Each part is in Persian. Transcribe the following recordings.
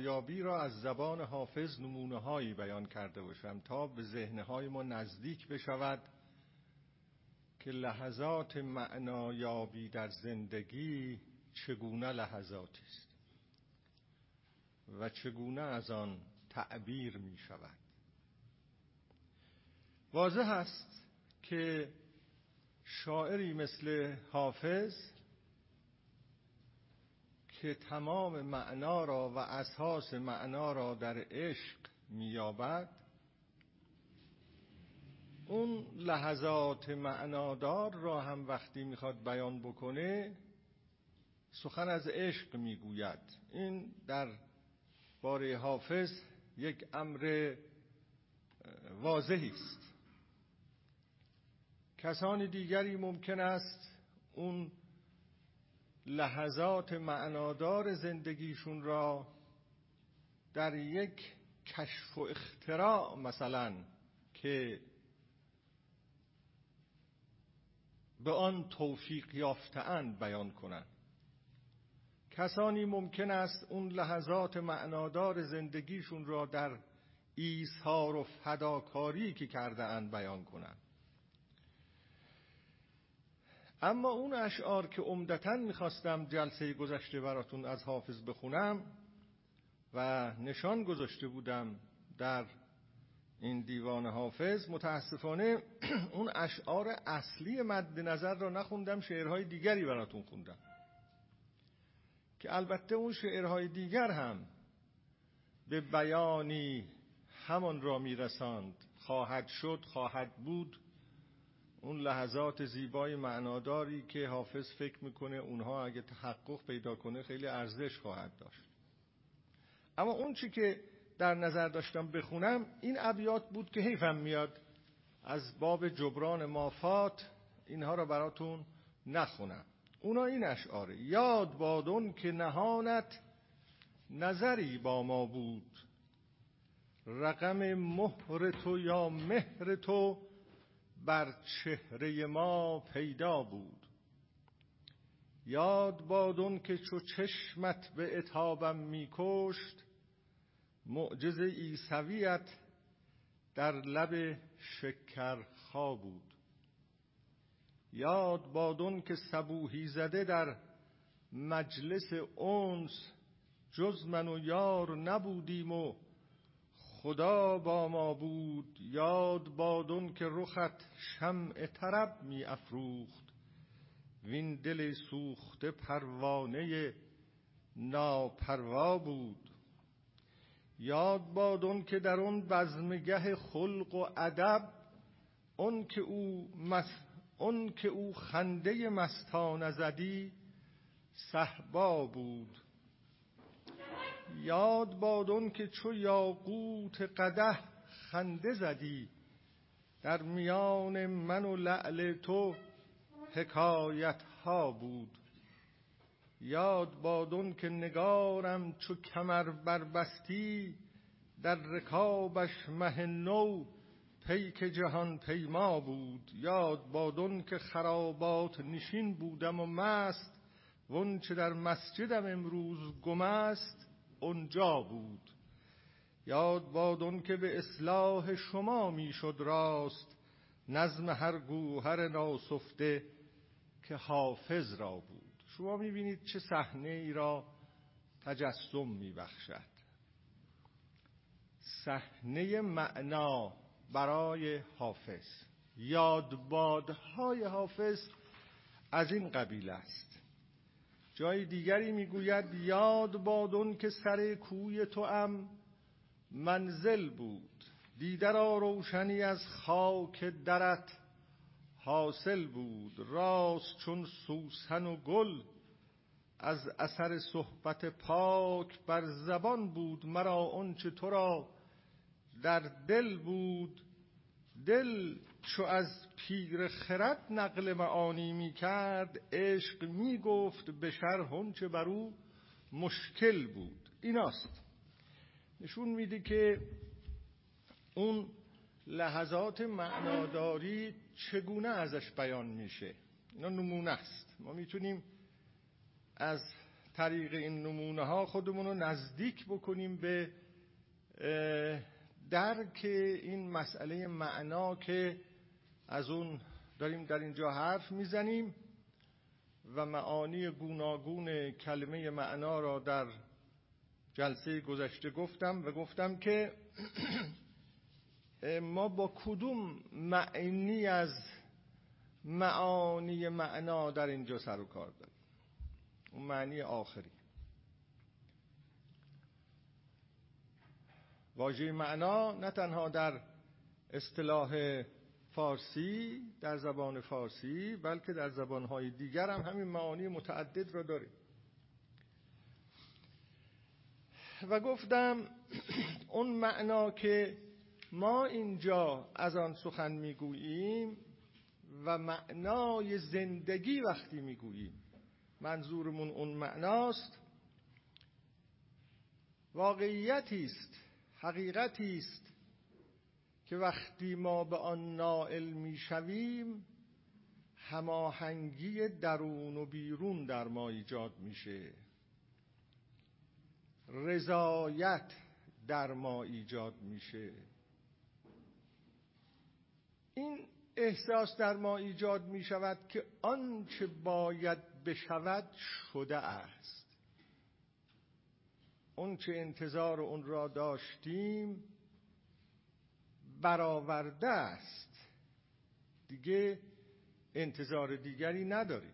معنایابی را از زبان حافظ نمونه هایی بیان کرده باشم تا به ذهنهای ما نزدیک بشود که لحظات معنایابی در زندگی چگونه لحظاتی است و چگونه از آن تعبیر می شود. واضح است که شاعری مثل حافظ که تمام معنا را و اساس معنا را در عشق می‌یابد، اون لحظات معنادار را هم وقتی میخواد بیان بکنه سخن از عشق میگوید. این در باره حافظ یک امر واضحی است. کسان دیگری ممکن است اون لحظات معنادار زندگیشون را در یک کشف و اختراع مثلا که به آن توفیق یافته‌اند بیان کنند. کسانی ممکن است اون لحظات معنادار زندگیشون را در ایثار و فداکاری که کرده‌اند بیان کنند. اما اون اشعار که عمدتاً میخواستم جلسه گذشته براتون از حافظ بخونم و نشان گذاشته بودم در این دیوان حافظ، متاسفانه اون اشعار اصلی مد نظر را نخوندم، شعرهای دیگری براتون خوندم که البته اون شعرهای دیگر هم به بیانی همان را میرساند، خواهد شد، خواهد بود، اون لحظات زیبای معناداری که حافظ فکر میکنه اونها اگه تحقق پیدا کنه خیلی ارزش خواهد داشت. اما اون چی که در نظر داشتم بخونم این ابیات بود که حیفم میاد از باب جبران مافات اینها را براتون نخونم. اونا این اشعاره: یاد بادون که نهانت نظری با ما بود، رقم مهر تو یا مهر تو بر چهره ما پیدا بود. یاد بادون که چو چشمت به عتابم میکشت، معجز عیسویت در لب شکرخا بود. یاد بادون که صبوحی زده در مجلس انس، جز من و یار نبودیم و خدا با ما بود. یاد بادون که رخت شمع طرب می افروخت، وین دل سوخته پروانه ناپروا بود. یاد بادون که در اون بزمگه خلق و ادب، اون که او خنده مستانه زدی صهبا بود. یاد بادون که چو یاقوت قدح خنده زدی، در میان من و لعل تو حکایت ها بود. یاد بادون که نگارم چو کمر بربستی، در رکابش مه نو پیک جهان پیما بود. یاد بادون که خرابات نشین بودم و مست، وون چه در مسجدم امروز گم است اونجا بود. یاد بادون که به اصلاح شما میشد راست، نظم هر گوهر ناسفته که حافظ را بود. شما میبینید چه صحنه ای را تجسم میبخشد. صحنه معنا برای حافظ. یادبادهای حافظ از این قبیل است. جای دیگری میگوید: یاد بادون که سر کوی تو ام منزل بود، دیده را روشنی از خاک درت حاصل بود. راست چون سوسن و گل از اثر صحبت پاک، بر زبان بود مرا آنچه تو را در دل بود. دل چو از پیر خرد نقل معانی می کرد، عشق می گفت به شرح آنچه بر او مشکل بود. ایناست نشون میده که اون لحظات معناداری چگونه ازش بیان میشه. اینا نمونه است. ما میتونیم از طریق این نمونه ها خودمون رو نزدیک بکنیم به درک این مسئله معنا که از اون داریم در اینجا حرف میزنیم و معانی گوناگون کلمه معنا را در جلسه گذشته گفتم که ما با کدوم معنی از معانی معنا در اینجا سر و کار داریم. اون معنی آخری. واژه معنا نه تنها در اصطلاح فارسی، در زبان فارسی، بلکه در زبانهای دیگر هم همین معانی متعدد را داره. و گفتم اون معنا که ما اینجا از آن سخن میگوییم و معنای زندگی وقتی میگوییم منظورمون اون معناست، واقعیتی است، حقیقتی است که وقتی ما به آن نائل میشویم هماهنگی درون و بیرون در ما ایجاد میشه، رضایت در ما ایجاد میشه. این احساس در ما ایجاد میشود که آنچه باید بشود شده است، آنچه انتظار اون را داشتیم برآورده است، دیگه انتظار دیگری نداریم.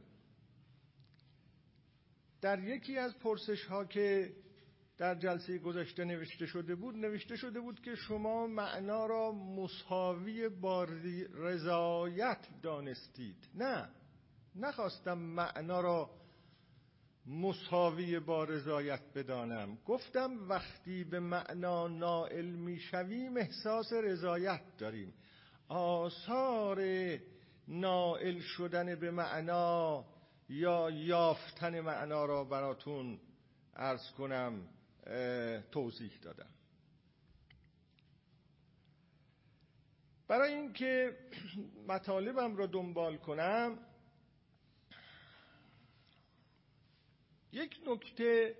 در یکی از پرسش ها که در جلسه گذشته نوشته شده بود که شما معنا را مساوی با رضایت دانستید. نه، نخواستم معنا را مساوی با رضایت بدانم. گفتم وقتی به معنا نائل میشویم احساس رضایت داریم. آثار نائل شدن به معنا یا یافتن معنا را براتون عرض کنم، توضیح دادم. برای اینکه مطالبم را دنبال کنم یک نکته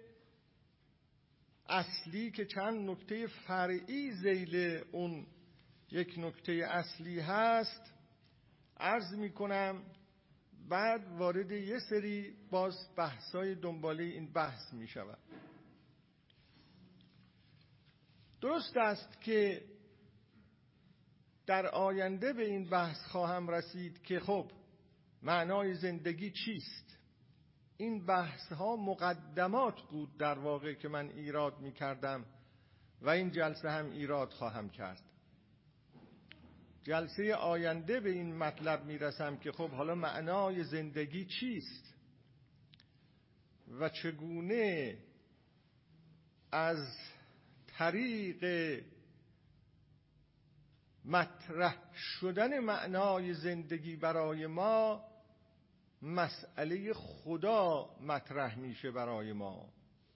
اصلی که چند نکته فرعی ذیل اون یک نکته اصلی هست عرض می کنم، بعد وارد یه سری باز بحث‌های دنباله این بحث می شود. درست است که در آینده به این بحث خواهم رسید که خب معنای زندگی چیست. این بحث ها مقدمات بود در واقع که من ایراد می کردم و این جلسه هم ایراد خواهم کرد. جلسه آینده به این مطلب می رسم که خب حالا معنای زندگی چیست و چگونه از طریق مطرح شدن معنای زندگی برای ما مسئله خدا مطرح میشه برای ما.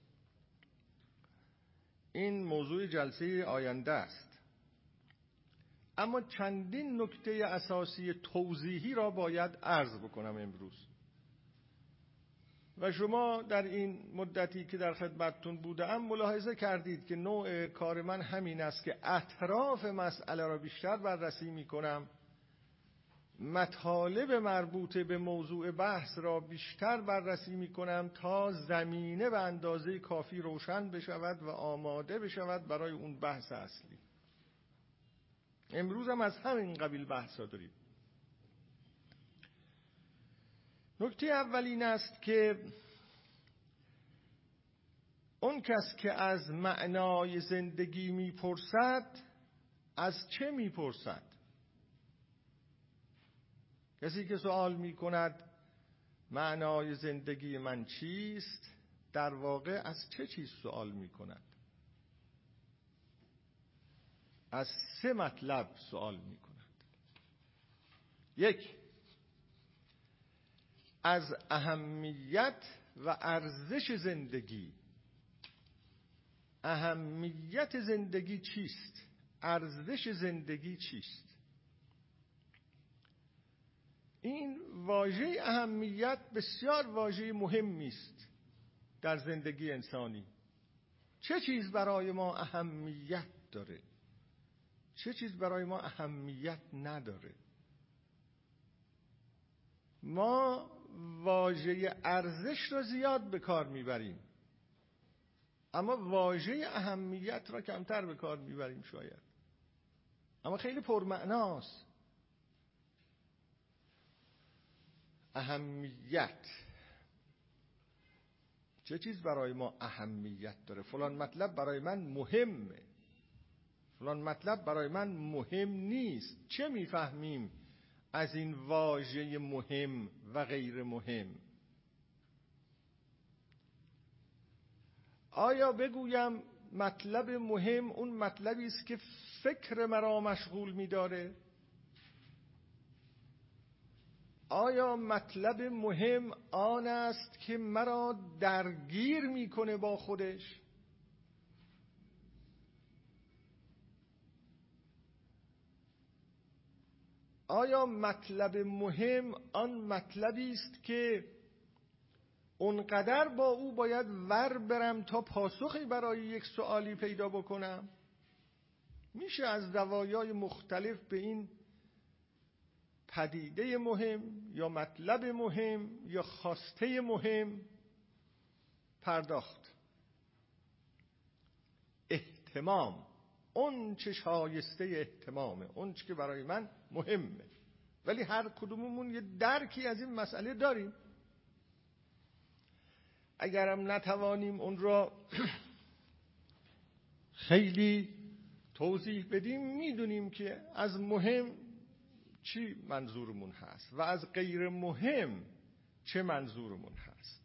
این موضوع جلسه آینده است. اما چندین نکته اساسی توضیحی را باید عرض بکنم امروز. و شما در این مدتی که در خدمتتون بودم ملاحظه کردید که نوع کار من همین است که اطراف مسئله را بیشتر بررسی میکنم، مطالب مربوط به موضوع بحث را بیشتر بررسی میکنم تا زمینه به اندازه کافی روشن بشود و آماده بشود برای اون بحث اصلی. امروز هم از همین قبیل بحثا داریم. نکته اول این است که اون کس که از معنای زندگی میپرسد از چه میپرسد؟ کسی که سوال میکند معنای زندگی من چیست، در واقع از چه چیز سوال میکند؟ از سه مطلب سوال میکند. یک، از اهمیت و ارزش زندگی. اهمیت زندگی چیست؟ ارزش زندگی چیست؟ این واژه اهمیت بسیار واژه مهمی است در زندگی انسانی؟ چه چیز برای ما اهمیت داره؟ چه چیز برای ما اهمیت نداره؟ ما واژه ارزش را زیاد به کار میبریم، اما واژه اهمیت را کمتر به کار میبریم شاید، اما خیلی پرمعناست. اهمیت، چه چیز برای ما اهمیت داره؟ فلان مطلب برای من مهمه، فلان مطلب برای من مهم نیست. چه میفهمیم از این واژه مهم و غیر مهم؟ آیا بگویم مطلب مهم اون مطلبی است که فکر مرا مشغول می‌داره؟ آیا مطلب مهم آن است که مرا درگیر می‌کنه با خودش؟ آیا مطلب مهم آن مطلبی است که اونقدر با او باید ور برم تا پاسخی برای یک سوالی پیدا بکنم؟ میشه از زوایای مختلف به این پدیده مهم یا مطلب مهم یا خواسته مهم پرداخت. اهتمام، اون چه شایسته اهتمامه، اون چه که برای من مهمه. ولی هر کدوممون یه درکی از این مسئله داریم. اگرم نتوانیم اون را خیلی توضیح بدیم، میدونیم که از مهم چی منظورمون هست و از غیر مهم چه منظورمون هست.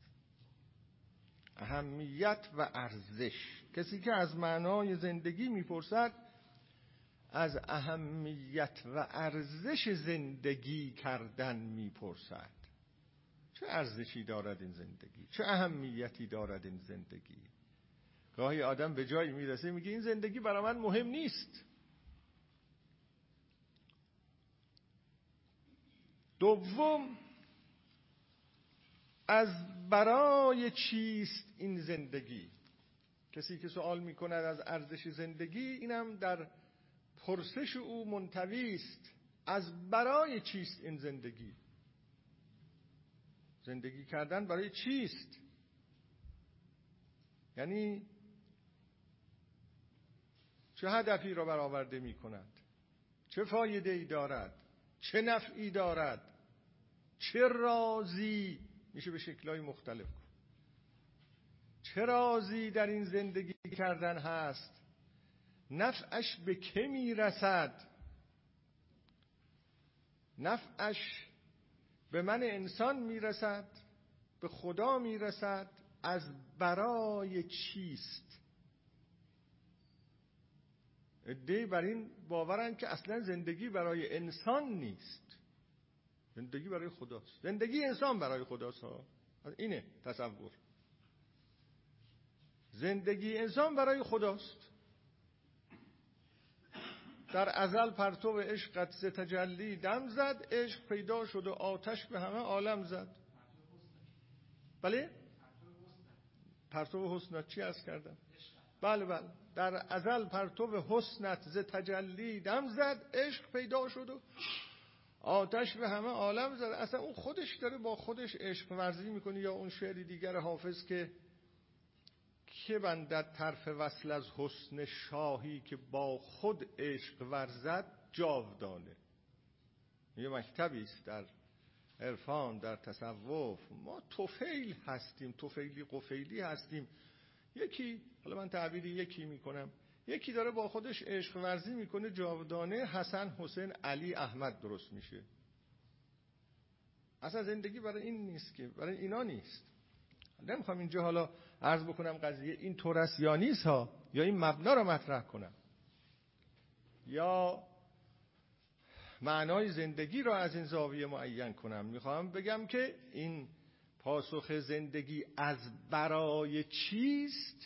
اهمیت و ارزش. کسی که از معنای زندگی میپرسد، از اهمیت و ارزش زندگی کردن میپرسد. چه ارزشی دارد این زندگی؟ چه اهمیتی دارد این زندگی؟ گاهی آدم به جایی میرسه میگه این زندگی برای من مهم نیست. دوم، از برای چیست این زندگی؟ کسی که سوال میکند از ارزش زندگی، اینم در پرسش او منطوی است. از برای چیست این زندگی؟ زندگی کردن برای چیست؟ یعنی چه هدفی را برآورده می کند؟ چه فایده ای دارد؟ چه نفعی دارد؟ چه رازی؟ میشه به شکل‌های مختلف گفت. چه رازی در این زندگی کردن هست؟ نفعش به که میرسد؟ نفعش به من انسان میرسد؟ به خدا میرسد؟ از برای چیست؟ عده‌ای بر این باورن که اصلا زندگی برای انسان نیست، زندگی برای خداست. زندگی انسان برای خداست ها. اینه تصور. زندگی انسان برای خداست. در ازل پرتو عشقت ز تجلی دم زد، عشق پیدا شد و آتش به همه عالم زد. بله؟ پرتو حسنت چی عرض کردم؟ بله. در ازل پرتو حسنت ز تجلی دم زد، عشق پیدا شد و آتش به همه عالم زد. اصلا اون خودش داره با خودش عشق ورزی میکنه. یا اون شعر دیگر حافظ که بندد طرف وصل از حسن شاهی، که با خود عشق ورزد جاودانه. یه مکتبی است در عرفان، در تصوف. ما طفیل هستیم، طفیلی قفیلی هستیم. یکی، حالا من تعبیری یکی میکنم، یکی داره با خودش عشق ورزی میکنه جاودانه، حسن، حسین، علی، احمد درست میشه. اصلا زندگی برای این نیست، که برای اینا نیست. نمیخوام اینجا حالا عرض بکنم قضیه این طور است یا نیست ها، یا این مبنا رو مطرح کنم، یا معنای زندگی رو از این زاویه معین کنم. میخوام بگم که این پاسخ زندگی از برای چیست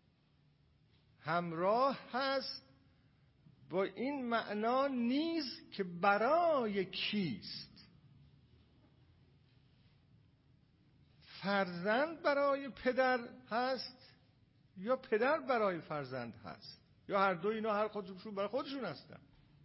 همراه هست با این معنا نیز که برای کیست. فرزند برای پدر هست یا پدر برای فرزند هست، یا هر دو اینا هر خودشون برای خودشون هستن.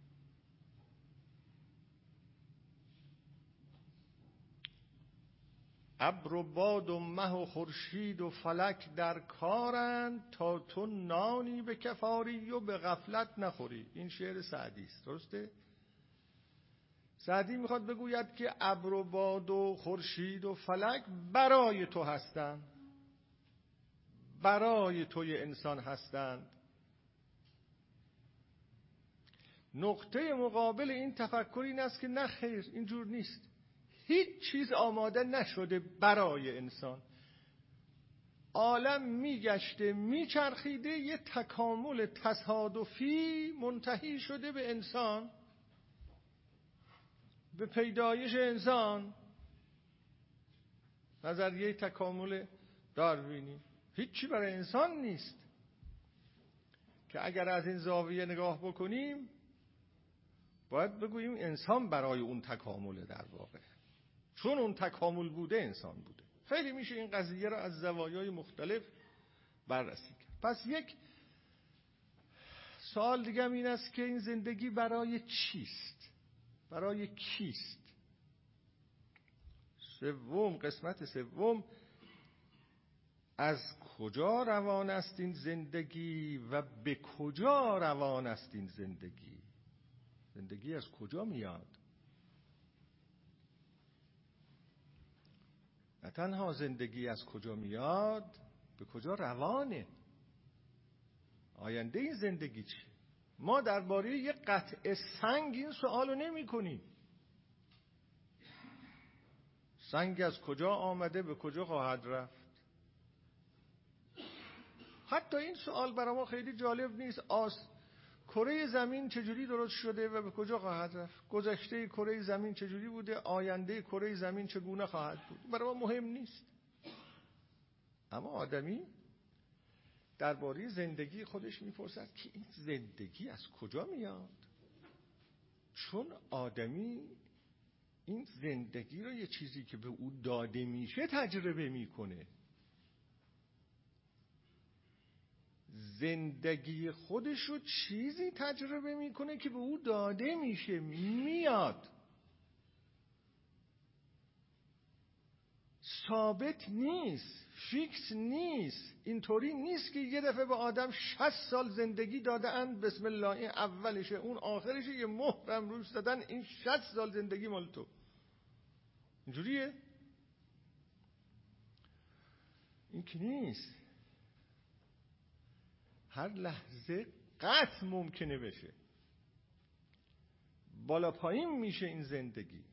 ابر و باد و مه و خورشید و فلک در کارند، تا تو نانی به کفاری و به غفلت نخوری. این شعر سعدی است، درسته؟ سعدی میخواد بگوید که ابر و باد و خورشید و فلک برای تو هستند، برای توی انسان هستند. نقطه مقابل این تفکر این است که نه خیر، اینجور نیست. هیچ چیز آماده نشده برای انسان. عالم میگشته میچرخیده، یه تکامل تصادفی منتهی شده به انسان، به پیدایش انسان. نظریه تکامل داروینی هیچی برای انسان نیست، که اگر از این زاویه نگاه بکنیم باید بگوییم انسان برای اون تکامل، در واقع چون اون تکامل بوده انسان بوده. خیلی میشه این قضیه را از زوایای مختلف بررسی کرد. پس یک سوال دیگه این است که این زندگی برای چیست؟ برای کیست؟ قسمت سوم، از کجا روان است این زندگی و به کجا روان است این زندگی؟ زندگی از کجا میاد؟ نه تنها زندگی از کجا میاد، به کجا روانه؟ آینده این زندگی چیه؟ ما درباره یک قطعه سنگ این سوالو نمی کنیم. سنگ از کجا آمده، به کجا خواهد رفت؟ حتی این سوال برای ما خیلی جالب نیست. کره زمین چجوری درست شده و به کجا خواهد رفت؟ گذشته کره زمین چجوری بوده؟ آینده کره زمین چگونه خواهد بود؟ برای ما مهم نیست. اما آدمی درباره زندگی خودش میپرسد که این زندگی از کجا میاد؟ چون آدمی این زندگی رو، یه چیزی که به او داده میشه، تجربه میکنه. زندگی خودش رو چیزی تجربه میکنه که به او داده میشه، میاد، ثابت نیست، فیکس نیست. اینطوری نیست که یه دفعه به آدم 60 سال زندگی داده اند، بسم الله این اولشه اون آخرشه، یه مهرم روش زدن این 60 سال زندگی مال تو. اینجوریه؟ این که نیست. هر لحظه قطع ممکنه بشه، بالا پایین میشه این زندگی.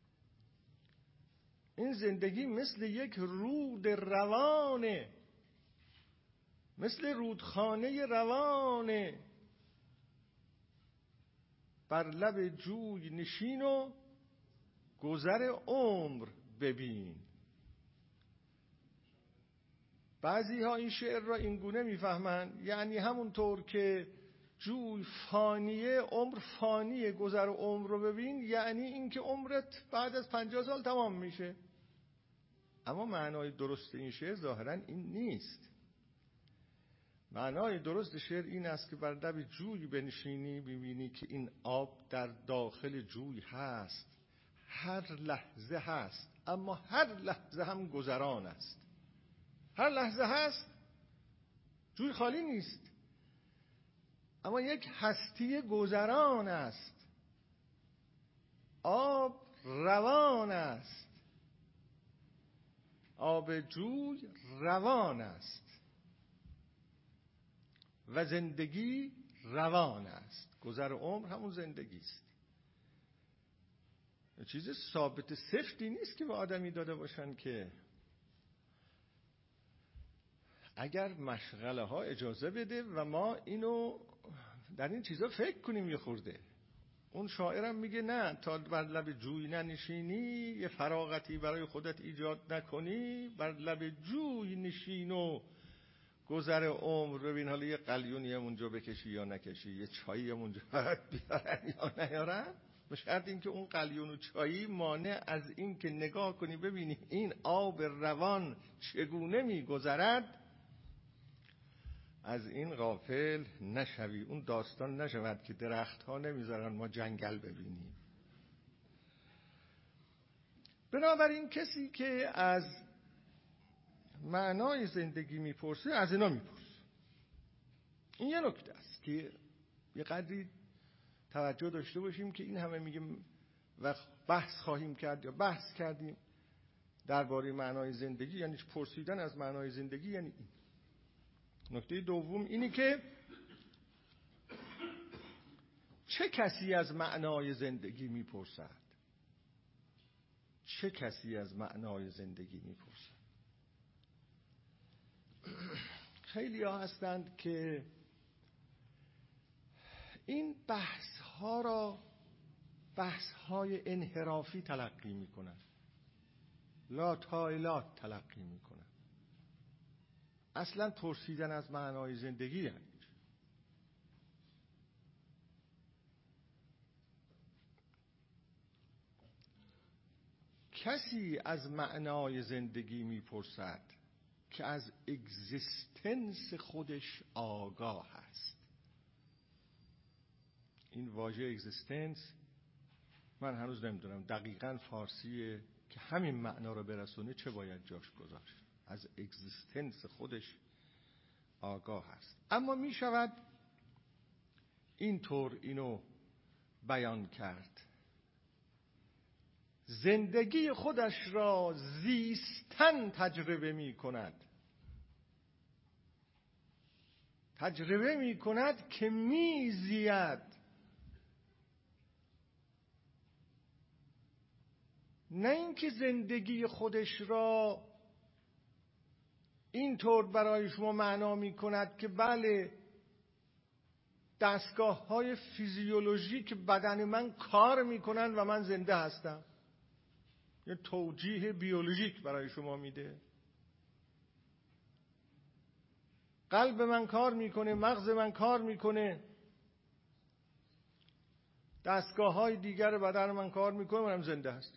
این زندگی مثل یک رود روانه، مثل رودخانه روانه. بر لب جوی نشین و گذر عمر ببین. بعضی ها این شعر را این گونه میفهمن، یعنی همونطور که جوی فانیه، عمر فانیه، گذر عمر رو ببین، یعنی اینکه عمرت بعد از 50 سال تمام میشه. اما معنای درست این شعر ظاهرا این نیست. معنای درست شعر این است که بر لب جوی بنشینی، ببینی که این آب در داخل جوی هست، هر لحظه هست، اما هر لحظه هم گذران است. هر لحظه هست، جوی خالی نیست، اما یک هستی گذران است. آب روان است، آب جوی روان است و زندگی روان است. گذر عمر همون زندگی است. چیز ثابت سفتی نیست که به آدمی داده باشن که اگر مشغله ها اجازه بده و ما اینو در این چیزا فکر کنیم یه خورده. اون شاعرم میگه نه، تا بر لب جوی ننشینی، یه فراغتی برای خودت ایجاد نکنی، بر لب جوی نشین و گذر عمر ببین، حالا یه قلیونی هم اونجا بکشی یا نکشی، یه چایی هم اونجا بیارن یا نیارن. به شرط اینکه اون قلیون و چایی مانع از این که نگاه کنی ببینی این آب روان چگونه میگذرد، از این غافل نشوی. اون داستان نشود که درخت ها نمیذارن ما جنگل ببینیم. بنابراین کسی که از معنای زندگی میپرسه از اینا میپرسه. این یه نکته است که یه قدری توجه داشته باشیم که این همه میگیم و بحث خواهیم کرد یا بحث کردیم درباره معنای زندگی، یعنی پرسیدن از معنای زندگی یعنی این. نکته دوم اینی که چه کسی از معنای زندگی میپرسد؟ چه کسی از معنای زندگی میپرسد؟ خیلی ها هستند که این بحث ها را بحث های انحرافی تلقی میکنن، لا تایلات تلقی میکنن. اصلا پرسیدن از معنای زندگی یعنی کسی از معنای زندگی میپرسد که از اگزیستنس خودش آگاه است. این واژه اگزیستنس من هنوز نمیدونم دقیقاً فارسیه که همین معنا رو برسونه چه باید جاش گذاشت. از اگزیستنس خودش آگاه است. اما می شود اینطور اینو بیان کرد: زندگی خودش را زیستن تجربه می کند. تجربه می کند که می زید، نه اینکه زندگی خودش را اینطور برای شما معنا می کند که بله دستگاه های فیزیولوژیک بدن من کار می کنن و من زنده هستم. یه توجیه بیولوژیک برای شما میده. قلب من کار میکنه، مغز من کار میکنه، دستگاه های دیگر بدن من کار میکنه، منم زنده هستم.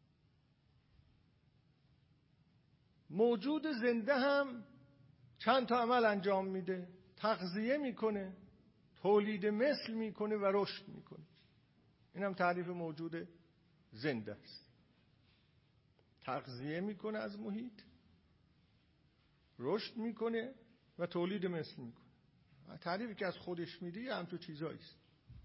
موجود زنده هم چند تا عمل انجام میده: تغذیه میکنه، تولید مثل میکنه و رشد میکنه. این هم تعریف موجود زنده است. تغذیه میکنه از محیط، رشد میکنه و تولید مثل میکنه. تعریفی که از خودش میده یه همچون چیزایی است.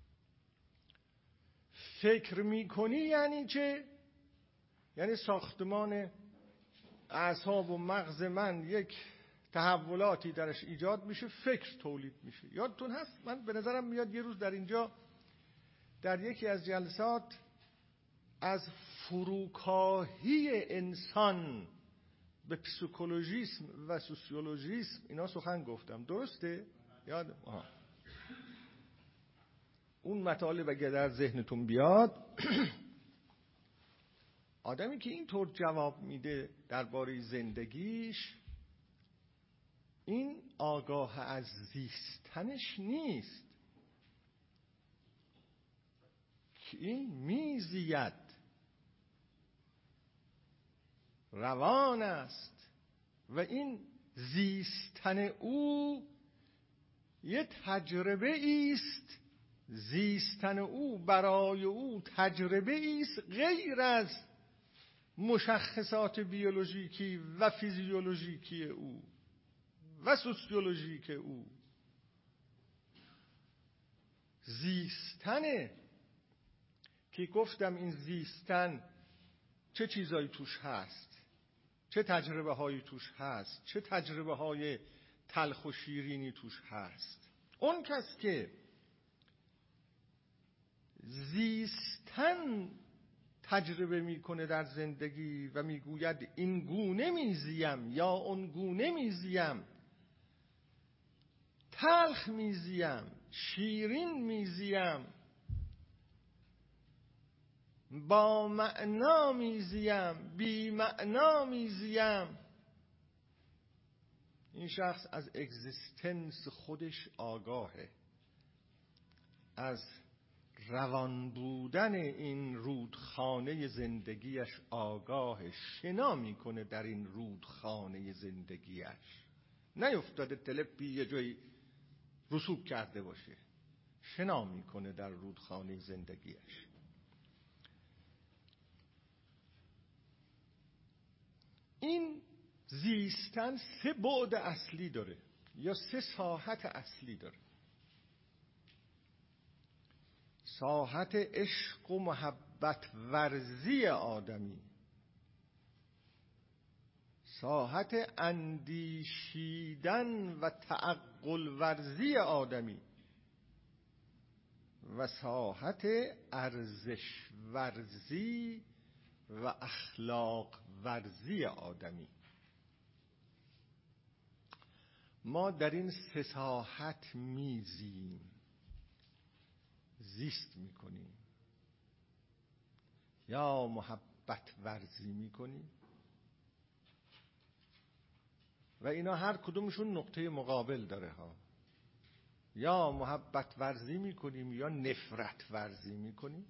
فکر میکنی یعنی چه؟ یعنی ساختمان اعصاب و مغز من یک تحولاتی درش ایجاد میشه، فکر تولید میشه. یادتون هست من به نظرم میاد یه روز در اینجا در یکی از جلسات از فروکاهی انسان به پسیکولوژیسم و سوسیولوژیسم اینا سخن گفتم. درسته؟ یاد اون مطالب اگه در ذهنتون بیاد آدمی که اینطور جواب میده درباره زندگیش، این آگاه از زیستنش نیست که این میزید، روان است و این زیستن او یه تجربه است. زیستن او برای او تجربه است غیر از مشخصات بیولوژیکی و فیزیولوژیکی او و سوسیولوژیک او. زیستنه که گفتم این زیستن چه چیزایی توش هست، چه تجربه هایی توش هست، چه تجربه های تلخ و شیرینی توش هست. اون کس که زیستن تجربه میکنه در زندگی و میگوید این گونه میزیم یا اون گونه میزیم، تلخ میزیم، شیرین میزیم، با معنا میزیم، بی معنا میزیم، این شخص از اگزیستنس خودش آگاهه، از روان بودن این رودخانه زندگیش آگاه، شنا میکنه در این رودخانه زندگیش، نیفتاده تلپی یه جایی رسوب کرده باشه، شنا میکنه در رودخانه زندگیش. این زیستن 3 بعد اصلی داره یا 3 ساحت اصلی داره. ساحت عشق و محبت ورزی آدمی، ساحت اندیشیدن و تعقل ورزی آدمی و ساحت ارزش ورزی و اخلاق ورزی آدمی. ما در این 3 ساحت میزیم، زیست میکنیم، یا محبت ورزی میکنیم و اینا هر کدومشون نقطه مقابل داره ها، یا محبت ورزی میکنیم یا نفرت ورزی میکنیم.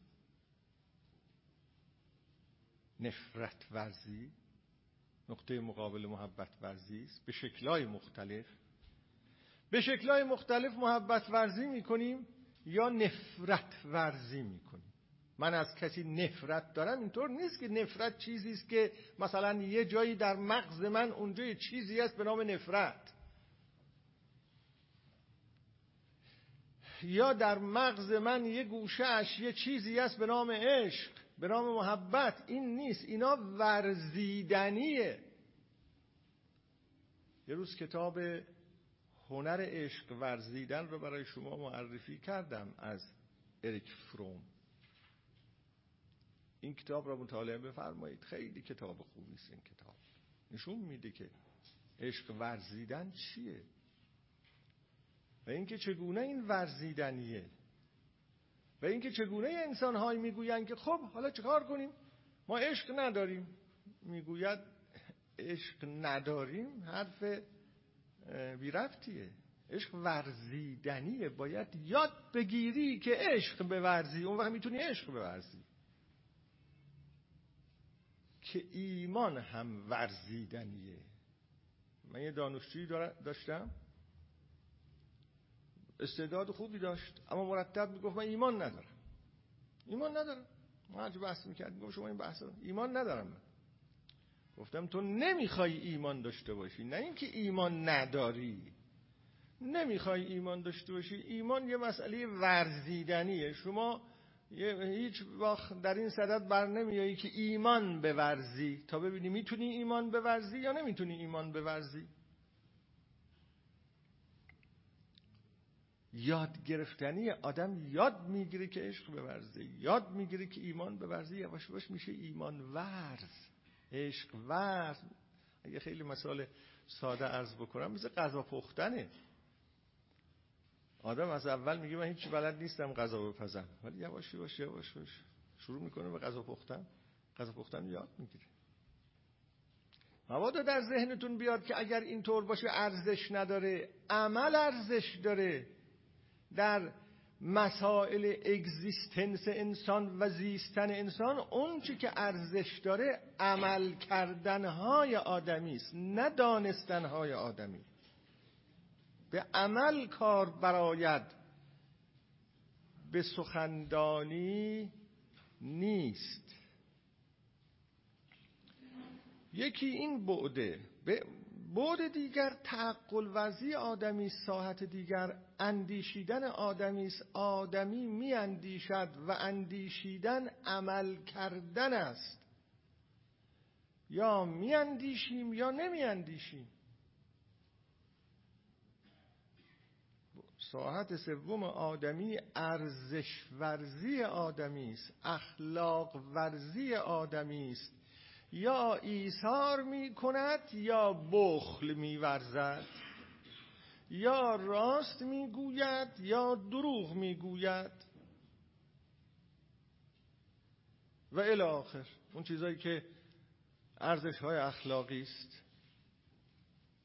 نفرت ورزی نقطه مقابل محبت ورزی است، به شکل‌های مختلف. به شکل‌های مختلف محبت ورزی میکنیم یا نفرت ورزی میکنیم. من از کسی نفرت دارم، اینطور نیست که نفرت چیزی است که مثلا یه جایی در مغز من اونجا یه چیزی است به نام نفرت، یا در مغز من یه گوشه‌اش یه چیزی است به نام عشق، به نام محبت. این نیست، اینا ورزیدنیه. یه روز کتاب هنر عشق ورزیدن رو برای شما معرفی کردم از اریک فروم. این کتاب رو مطالعه بفرمایید، خیلی کتاب خوبی است. این کتاب نشون میده که عشق ورزیدن چیه و اینکه چگونه این ورزیدنیه و اینکه چگونه انسان‌هایی میگویند که خب حالا چیکار کنیم، ما عشق نداریم. میگوید عشق نداریم حرف بی ربطیه. عشق ورزیدنیه، باید یاد بگیری که عشق بورزی، اون وقت میتونی عشق بورزی. که ایمان هم ورزیدنیه. من یه دانشجویی داشتم، استعداد خوبی داشت اما مرتب میگفت من ایمان ندارم. ما هرچی بحث میکردیم گفت شما این بحث رو ایمان ندارم. من گفتم تو نمیخوای ایمان داشته باشی، نه اینکه ایمان نداری. نمیخوای ایمان داشته باشی. ایمان یه مسئله ورزیدنیه. شما هیچ وقت در این صدد بر نمیایی که ایمان بورزی تا ببینی میتونی ایمان بورزی یا نمیتونی ایمان بورزی. یاد گرفتنی، آدم یاد میگیره که عشق بورزه، یاد میگیره که ایمان بورزه، یواش یواش میشه ایمان ورز، عشق ورز. اگه خیلی مثال ساده عرض بکنم، مثل غذا پختنه. آدم از اول میگه من هیچ بلد نیستم غذا بپزم، ولی یواش یواش شروع میکنه به غذا پختن یاد میگیره. مبادا در ذهنتون بیاد که اگر اینطور باشه ارزش نداره. عمل ارزش داره. در مسائل اگزیستنس انسان و زیستن انسان اون چی که ارزش داره عمل کردنهای آدمی است، نه دانستنهای آدمی. به عمل کار براید، به سخندانی نیست. یکی این بعده. بعد دیگر تعقل ورزی آدمی است. ساحت دیگر اندیشیدن آدمی است. آدمی می اندیشد و اندیشیدن عمل کردن است. یا می اندیشیم یا نمی اندیشیم. ساحت سوم آدمی ارزش ورزی آدمی است. اخلاق ورزی آدمی است. یا ایثار می کند یا بخل می ورزد، یا راست می گوید یا دروغ می گوید و الی آخر. اون چیزایی که ارزش های اخلاقی است.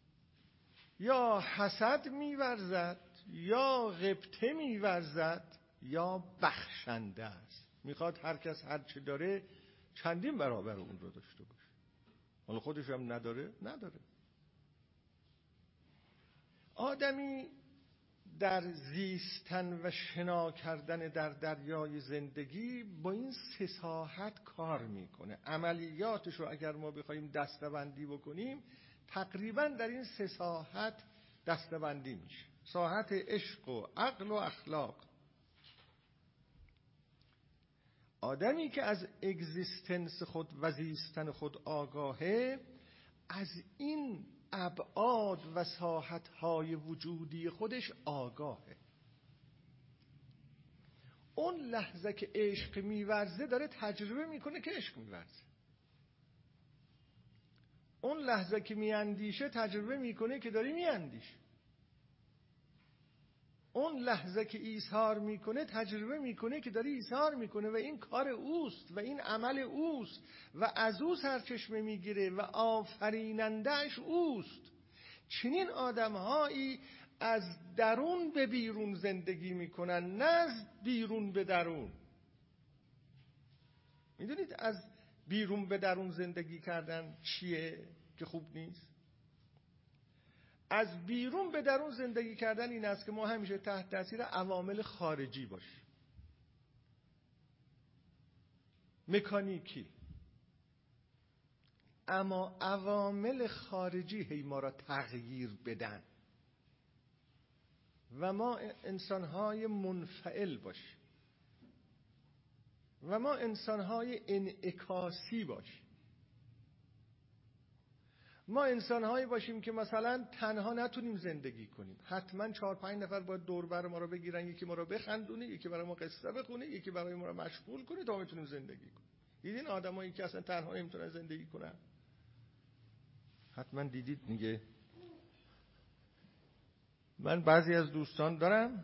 یا حسد می ورزد یا غبطه می ورزد یا بخشنده است. میخواد هر کس هر چه داره چندین برابر اون رو داشته باشه. حالا خودش هم نداره. آدمی در زیستن و شنا کردن در دریای زندگی با این 3 ساحت کار میکنه. عملیاتش رو اگر ما بخوایم دسته‌بندی بکنیم تقریبا در این 3 ساحت دسته‌بندی میشه. ساحت عشق و عقل و اخلاق. آدمی که از اگزیستنس خود و زیستن خود آگاهه، از این ابعاد و ساحت‌های وجودی خودش آگاهه. اون لحظه که عشق میورزه داره تجربه میکنه که عشق میورزه. اون لحظه که میاندیشه تجربه میکنه که داره میاندیشه. اون لحظه که ایثار میکنه تجربه میکنه که داره ایثار میکنه و این کار اوست و این عمل اوست و از او سرچشمه میگیره و آفرینندهش اوست. چنین آدمهایی از درون به بیرون زندگی میکنن، نه از بیرون به درون. میدونید از بیرون به درون زندگی کردن چیه که خوب نیست؟ از بیرون به درون زندگی کردن این است که ما همیشه تحت تاثیر عوامل خارجی باشیم، مکانیکی. اما عوامل خارجی هی ما را تغییر بدن و ما انسان‌های منفعل باشیم و ما انسان‌های انعکاسی باشیم. ما انسان‌هایی باشیم که مثلا تنها نتونیم زندگی کنیم، حتما 4-5 نفر باید دور بر ما رو بگیرن، یکی ما رو بخندونه، یکی برای ما قصه بخونه، یکی برای ما رو مشغول کنه تا بتونیم زندگی کنیم. دیدین آدمایی که اصلا تنها نمیتونن زندگی کنن؟ حتما دیدید دیگه. من بعضی از دوستان دارم،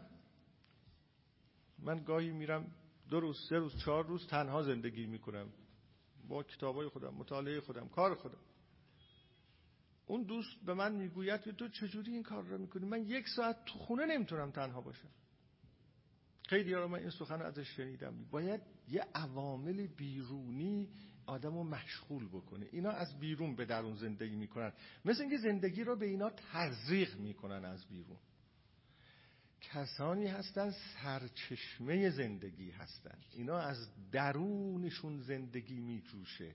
من گاهی میرم 2 روز 3 روز 4 روز تنها زندگی میکنم با کتابای خودم، مطالعه خودم، کار خودم. اون دوست به من میگوید که تو چجوری این کار رو میکنی؟ من 1 ساعت تو خونه نمیتونم تنها باشم. خیلی ها رو من این سخن رو ازش شنیدم. باید یه عوامل بیرونی آدمو مشغول بکنه. اینا از بیرون به درون زندگی میکنن، مثل اینکه زندگی رو به اینا تزریق میکنن از بیرون. کسانی هستن سرچشمه زندگی هستن، اینا از درونشون زندگی میجوشه.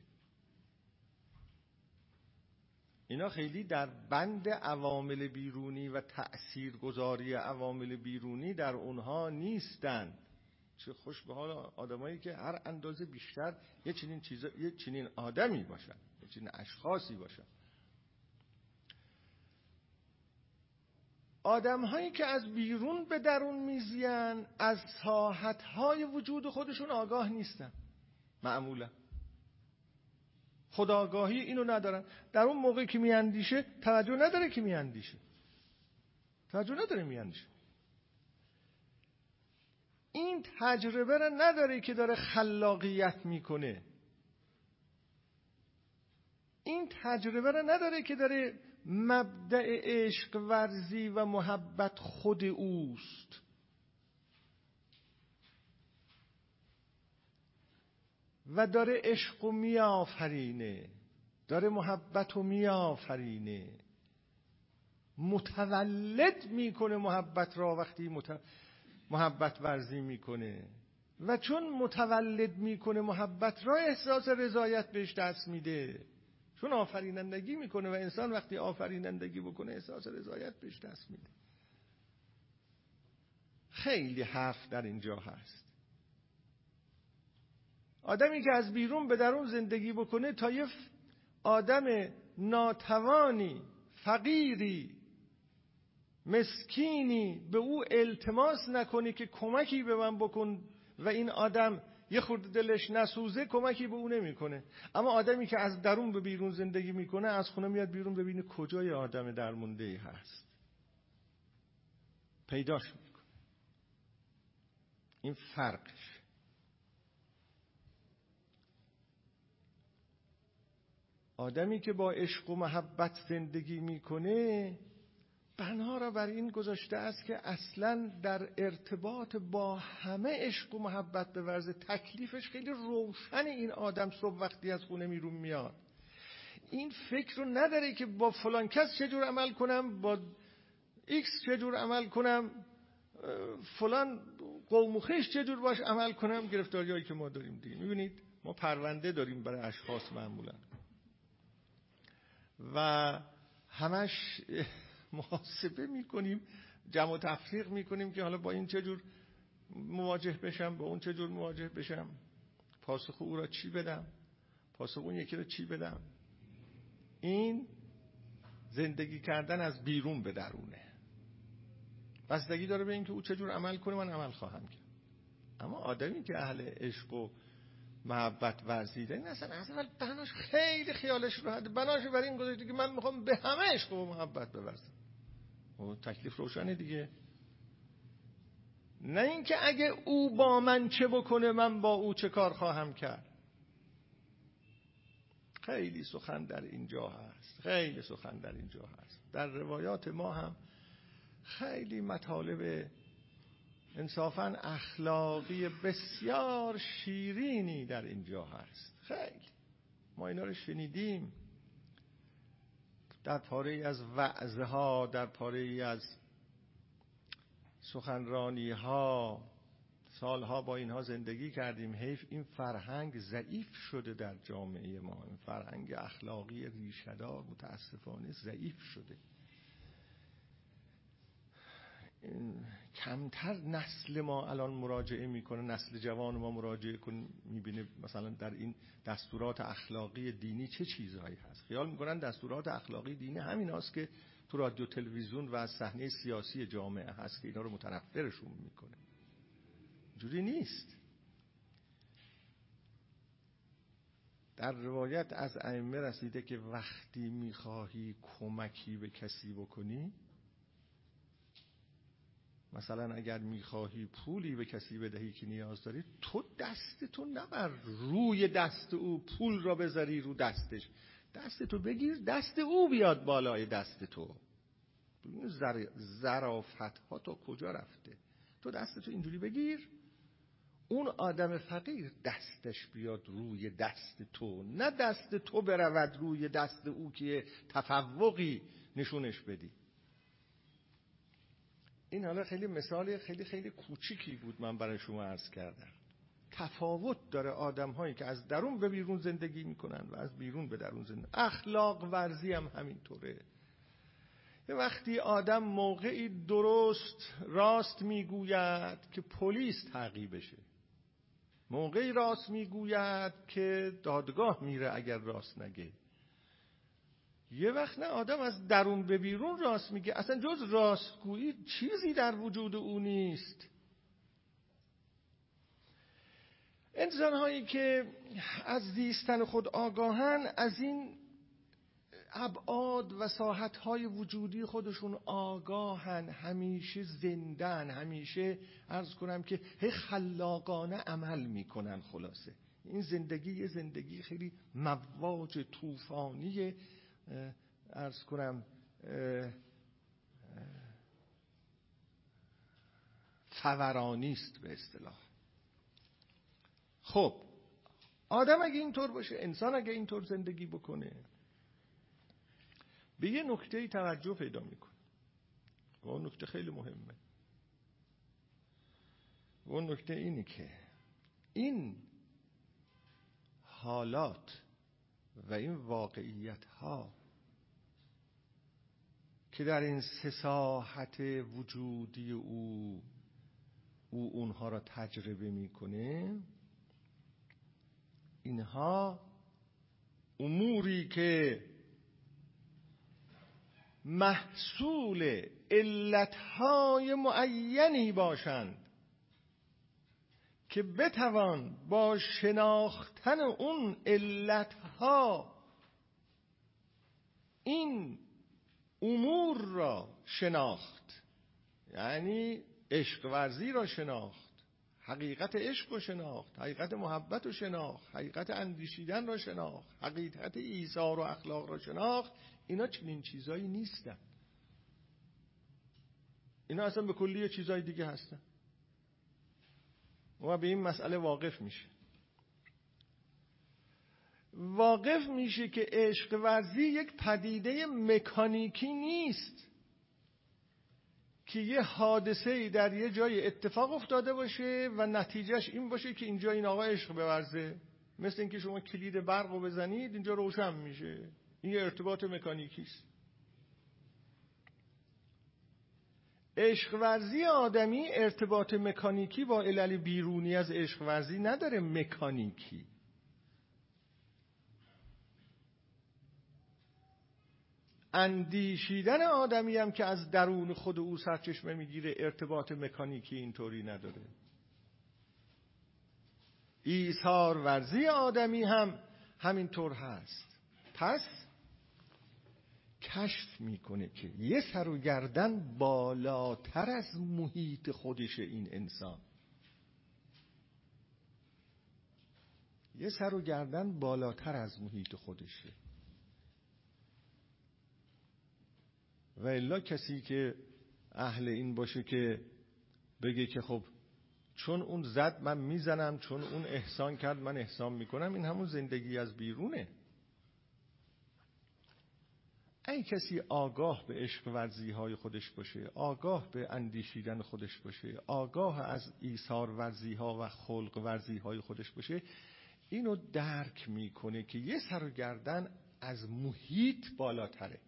اینا خیلی در بند عوامل بیرونی و تأثیرگذاری عوامل بیرونی در اونها نیستند. چه خوش به حال آدمایی که هر اندازه بیشتر یه چنین آدمی باشن، یه چنین اشخاصی باشن. آدم‌هایی که از بیرون به درون میزیان از ساحت‌های وجود خودشون آگاه نیستن. معمولا خودآگاهی اینو ندارن. در اون موقعی که میاندیشه توجه نداره که میاندیشه. این تجربه رو نداره که داره خلاقیت میکنه. این تجربه رو نداره که داره مبدأ عشق ورزی و محبت خود اوست. و داره عشق میآفرینه، داره محبت رو میآفرینه، متولد میکنه محبت را وقتی محبت ورزی میکنه. و چون متولد میکنه محبت را، احساس رضایت بهش دست میده، چون آفرینندگی میکنه و انسان وقتی آفرینندگی بکنه احساس رضایت بهش دست میده. خیلی حرف در اینجا هست. آدمی که از بیرون به درون زندگی بکنه تا یه آدم ناتوانی، فقیری، مسکینی به او التماس نکنه که کمکی به من بکن و این آدم یه خورده دلش نسوزه، کمکی به او نمیکنه. اما آدمی که از درون به بیرون زندگی میکنه، از خونه میاد بیرون ببینه کجای آدم درمونده‌ای هست، پیداش میکنه. این فرقش. آدمی که با عشق و محبت زندگی میکنه بنا را بر این گذاشته است که اصلا در ارتباط با همه عشق و محبت بورزه. تکلیفش خیلی روشن. این آدم صبح وقتی از خونه میرون میاد این فکر رو نداره که با فلان کس چجور عمل کنم، با ایکس چجور عمل کنم، فلان قوم و خویش چجور باش عمل کنم. گرفتاریایی که ما داریم دیگه میبینید، ما پرونده داریم برای اشخاص معمولا و همش محاسبه میکنیم، جمع و تفریق میکنیم که حالا با این چجور مواجه بشم، با اون چجور مواجه بشم، پاسخ او را چی بدم، پاسخ اون یکی را چی بدم. این زندگی کردن از بیرون به درونه. بستگی داره به این که او چجور عمل کنه، من عمل خواهم کرد. اما آدمی که اهل عشق و محبت ورزیده این اصلا بناش خیلی خیالش راحته، بناش برای این گذاشته که من میخوام به همه عشق و محبت بورزم. و تکلیف روشنه دیگه. نه اینکه اگه او با من چه بکنه من با او چه کار خواهم کرد. خیلی سخن در اینجا هست، خیلی سخن در اینجا هست. در روایات ما هم خیلی مطالب انصافاً اخلاقی بسیار شیرینی در اینجا هست. خیلی ما اینا رو شنیدیم در پاره از وعظها، در پاره از سخنرانی ها، سالها با اینها زندگی کردیم. حیف این فرهنگ ضعیف شده در جامعه ما. این فرهنگ اخلاقی ریشه‌دار متاسفانه ضعیف شده. کمتر نسل ما الان مراجعه میکنه، نسل جوان ما مراجعه کنه میبینه مثلا در این دستورات اخلاقی دینی چه چیزهایی هست. خیال میکنن دستورات اخلاقی دینی همین هست که تو رادیو تلویزیون و از صحنه سیاسی جامعه هست که اینا رو متنفرشون میکنه. جوری نیست. در روایت از ائمه رسیده که وقتی میخواهی کمکی به کسی بکنی، مثلا اگر میخواهی پولی به کسی بدهی که نیاز داری، تو دستتو نبر روی دست او پول را بذاری رو دستش، دستتو بگیر دست او بیاد بالای دست تو. ببین ظرافت ها تا کجا رفته. تو دستتو اینجوری بگیر، اون آدم فقیر دستش بیاد روی دست تو، نه دست تو برود روی دست او که تفوقی نشونش بدی. این حالا خیلی مثال خیلی کوچیکی بود من برای شما عرض کردم. تفاوت داره آدم هایی که از درون به بیرون زندگی میکنن و از بیرون به درون زندگی. اخلاق ورزی هم همینطوره. یه وقتی آدم موقعی درست راست میگوید که پلیس تعقیبشه، موقعی راست میگوید که دادگاه میره اگر راست نگه. یه وقت نه، آدم از درون به بیرون راست میگه، اصلا جز راستگویی چیزی در وجود او نیست. انسان هایی که از زیستن خود آگاهن از این ابعاد و ساحت های وجودی خودشون آگاهن، همیشه زندن، همیشه عرض کنم که خلاقانه عمل میکنن. خلاصه این زندگی یه زندگی خیلی مواج طوفانی عرض کنم فورانی است به اصطلاح. خب آدم اگه اینطور باشه، انسان اگه اینطور زندگی بکنه، به یه نکته توجه پیدا میکنه و اون نکته خیلی مهمه. و اون نکته اینه که این حالات و این واقعیت ها که در این سه ساحت وجودی او اونها را تجربه میکنه، اینها اموری که محصول علتهای معینی باشند که بتوان با شناختن اون علتها این امور را شناخت، یعنی عشق ورزی را شناخت، حقیقت عشق را شناخت، حقیقت محبت را شناخت، حقیقت اندیشیدن را شناخت، حقیقت ایثار و اخلاق را شناخت. اینا چنین چیزایی نیستن. اینا اصلا به کلی چیزای دیگه هستن. و به این مسئله واقف میشه که عشق ورزی یک پدیده مکانیکی نیست که یه حادثه‌ای در یه جای اتفاق افتاده باشه و نتیجهش این باشه که اینجا این آقا عشق بورزه. مثل اینکه شما کلید برق رو بزنید اینجا روشن میشه. این یه ارتباط مکانیکی است. عشق ورزی آدمی ارتباط مکانیکی با علل بیرونی از عشق ورزی نداره. مکانیکی اندیشیدن آدمی هم که از درون خود او سرچشمه میگیره ارتباط مکانیکی اینطوری نداره. ایثار ورزی آدمی هم همینطور هست. پس کشف میکنه که یه سر و گردن بالاتر از محیط خودشه. این انسان یه سر و گردن بالاتر از محیط خودشه. و الا کسی که اهل این باشه که بگه که خب چون اون زد من میزنم، چون اون احسان کرد من احسان میکنم، این همون زندگی از بیرونه. ای کسی آگاه به عشق ورزی های خودش باشه، آگاه به اندیشیدن خودش باشه، آگاه از ایثار ورزی ها و خلق ورزی های خودش باشه، اینو درک میکنه که یه سر و گردن از محیط بالاتره.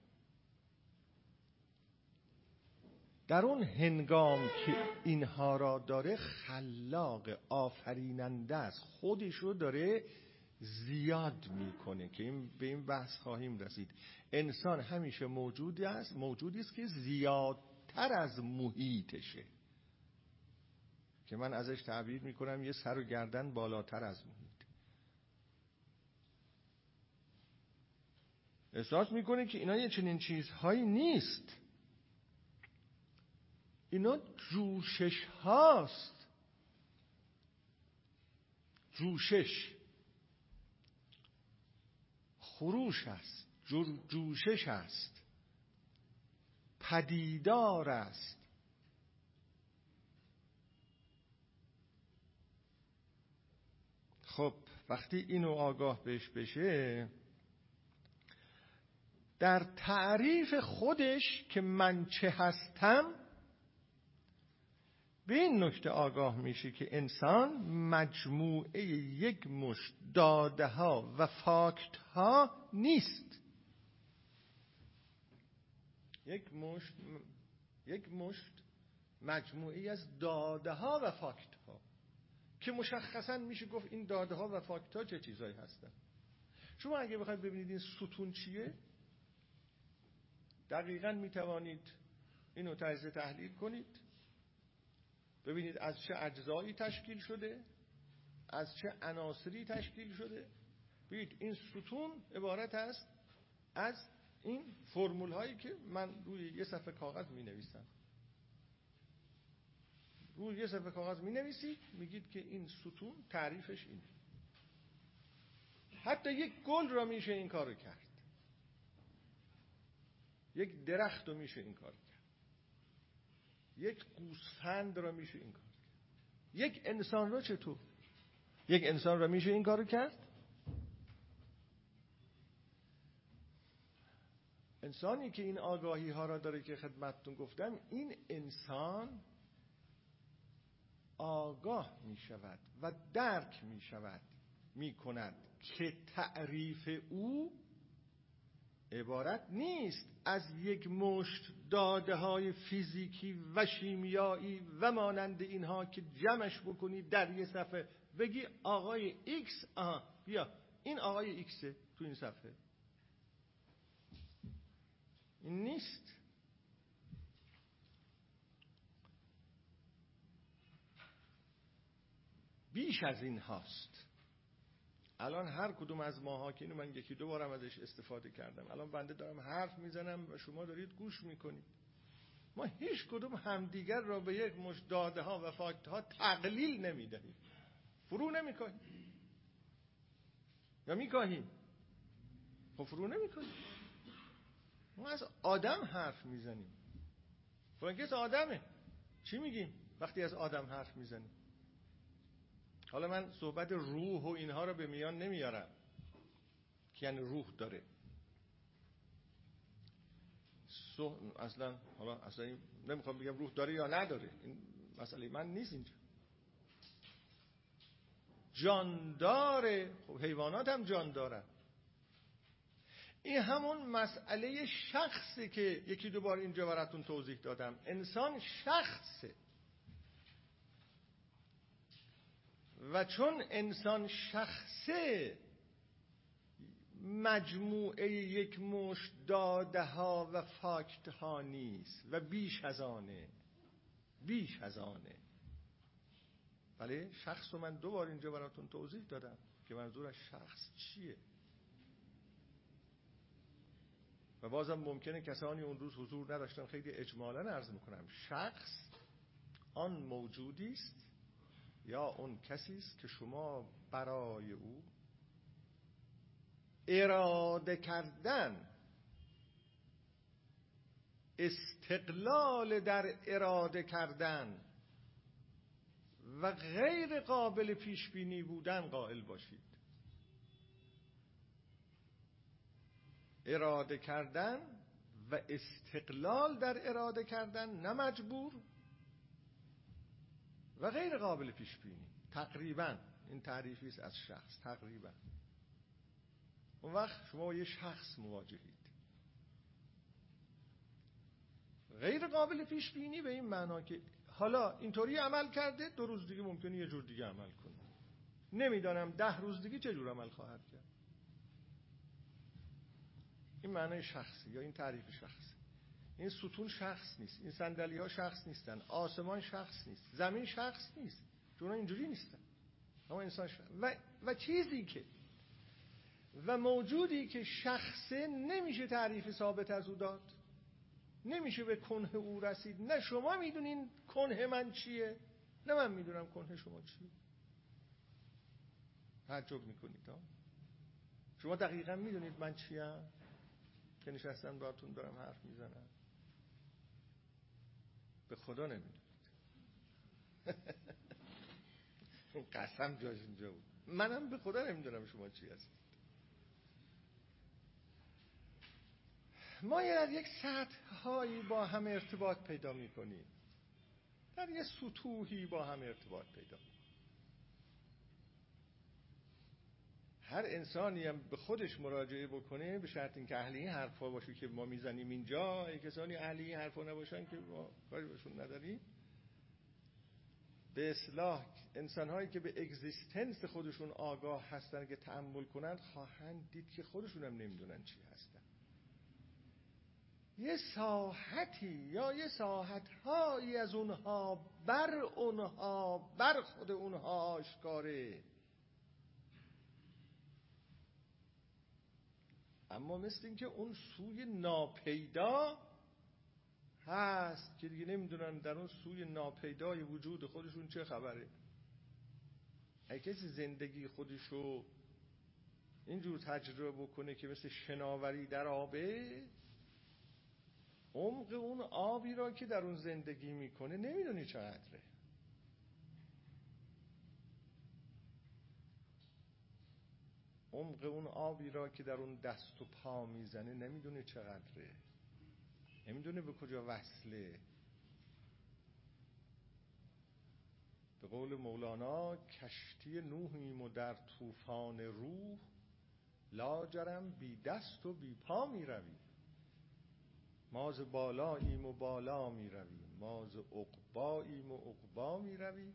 در اون هنگام که اینها را داره خلاق آفریننده است، خودشو داره زیاد میکنه که به این بحث خواهیم رسید. انسان همیشه موجودی است که زیادتر از محیطشه، که من ازش تعبیر میکنم یه سر و گردن بالاتر از محیط. احساس میکنه که اینا یه چنین چیزهایی نیست، اینا جوشش هاست. جوشش خروش است، جوشش است، پدیدار است. خب وقتی اینو آگاه بهش بشه، در تعریف خودش که من چه هستم به این نکته آگاه میشه که انسان مجموعه یک مشت داده ها و فاکت ها نیست. یک مشت مجموعه از داده ها و فاکت ها که مشخصا میشه گفت این داده ها و فاکت ها چه چیزایی هستن. شما اگه بخواید ببینید این ستون چیه، دقیقاً میتوانید اینو تجزیه تحلیل کنید، ببینید از چه اجزایی تشکیل شده، از چه عناصری تشکیل شده. ببینید این ستون عبارت است از این فرمول هایی که من روی یه صفحه کاغذ می نویسم. روی یه صفحه کاغذ می نویسید، میگید که این ستون تعریفش اینه. حتی یک گل را میشه این کارو کرد، یک درخت رو میشه این کار کرد، یک گوسفند را میشه این کار کرد. یک انسان را چطور؟ یک انسان را میشه این کارو کرد؟ انسانی که این آگاهی ها را داره که خدمتتون گفتم، این انسان آگاه می شود و درک می شود، می کند که تعریف او عبارت نیست از یک مشت داده های فیزیکی و شیمیایی و مانند اینها که جمعش بکنی در یه صفحه بگی آقای ایکس، بیا این آقای ایکسه تو این صفحه. این نیست. بیش از این هاست. الان هر کدوم از ماها که اینو من یکی دو بارم ازش استفاده کردم، الان بنده دارم حرف میزنم و شما دارید گوش میکنید، ما هیچ کدوم همدیگر را به یک مشت داده ها و فاکت ها تقلیل نمیدهیم، فرو نمیکنیم. یا میکاهیم؟ خب فرو نمیکنیم. ما از آدم حرف میزنیم، فرانکس آدمه، چی میگیم وقتی از آدم حرف میزنیم؟ حالا من صحبت روح و اینها رو به میان نمیارم که یعنی روح داره. اصلا نمیخوام بگم روح داره یا نداره، این مسئله من نیست. اینجا جان داره، خب حیوانات هم جان دارن. این همون مسئله شخصه که یکی دو بار اینجا براتون توضیح دادم. انسان شخصه و چون انسان شخصه مجموعه یک مشت داده ها و فاکت ها نیست و بیش از آنه. بله، شخص رو من دو بار اینجا براتون توضیح دادم که منظور از شخص چیه. و بازم ممکنه کسانی اون روز حضور نداشتن، خیلی اجمالاً عرض میکنم. شخص آن موجودی است یا اون کسی است که شما برای او اراده کردن، استقلال در اراده کردن و غیر قابل پیش بینی بودن قائل باشید. اراده کردن و استقلال در اراده کردن، نه مجبور، و غیر قابل پیش بینی. تقریبا این تعریفی است از شخص. تقریبا اون وقت شما با یه شخص مواجهید. غیر قابل پیش بینی به این معنا که حالا اینطوری عمل کرده، 2 روز دیگه ممکنه یه جور دیگه عمل کنه. نمیدانم 10 روز دیگه چه جور عمل خواهد کرد. این معنای شخصی یا این تعریف شخص. این ستون شخص نیست، این صندلی ها شخص نیستن، آسمان شخص نیست، زمین شخص نیست، چون اینجوری نیستن. اما انسان شخص و چیزی که و موجودی که شخصه نمیشه تعریف ثابت از او داد، نمیشه به کنه او رسید. نه شما میدونین کنه من چیه، نه من میدونم کنه شما چیه. تعجب میکنید ها؟ شما دقیقا میدونید من چیم که نشستم باهاتون دارم حرف میزنم؟ به خدا نمیدونید. قسم جاش اینجا بود. منم به خدا نمیدونم شما چی هستید. ما در یک سطح هایی با هم ارتباط پیدا میکنیم، در یک سطوحی با هم ارتباط پیدا میکنیم. هر انسانی هم به خودش مراجعه بکنه، به شرط اینکه اهل این حرفا باشه که ما میزنیم اینجا. ای کسانی اهل این حرفا نباشن که ما کاری بهشون نداریم. به اصطلاح انسان‌هایی که به اگزیستنس خودشون آگاه هستن که تأمل کنند، خواهند دید که خودشون هم نمیدونن چی هستن. یه ساحتی یا یه ساحت‌هایی از اونها بر خود اونها آشکاره، اما مثل این که اون سوی ناپیدا هست که دیگه نمیدونن در اون سوی ناپیدای وجود خودشون چه خبره. اگه کسی زندگی خودشو اینجور تجربه بکنه که مثل شناوری در آبه، عمق اون آبی را که در اون زندگی میکنه نمیدونی چقدره. عمق اون آبی را که در اون دست و پا میزنه نمیدونه چقدره، نمیدونه به کجا وصله. به قول مولانا کشتی نوحیم و در طوفان روح، لاجرم بی دست و بی پا میرویم. ما ز بالاییم و بالا میرویم، ما ز عقباییم و عقبا میرویم.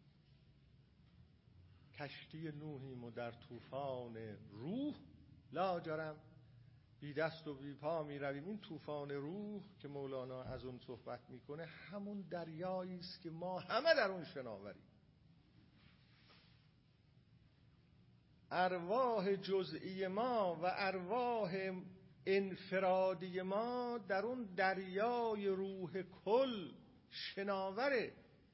کشتی نوحیم و در طوفان روح، لاجرم بی دست و بی پا میرویم. این طوفان روح که مولانا از اون صحبت میکنه همون دریایی است که ما همه در اون شناوریم. ارواح جزئی ما و ارواح انفرادی ما در اون دریای روح کل شناوره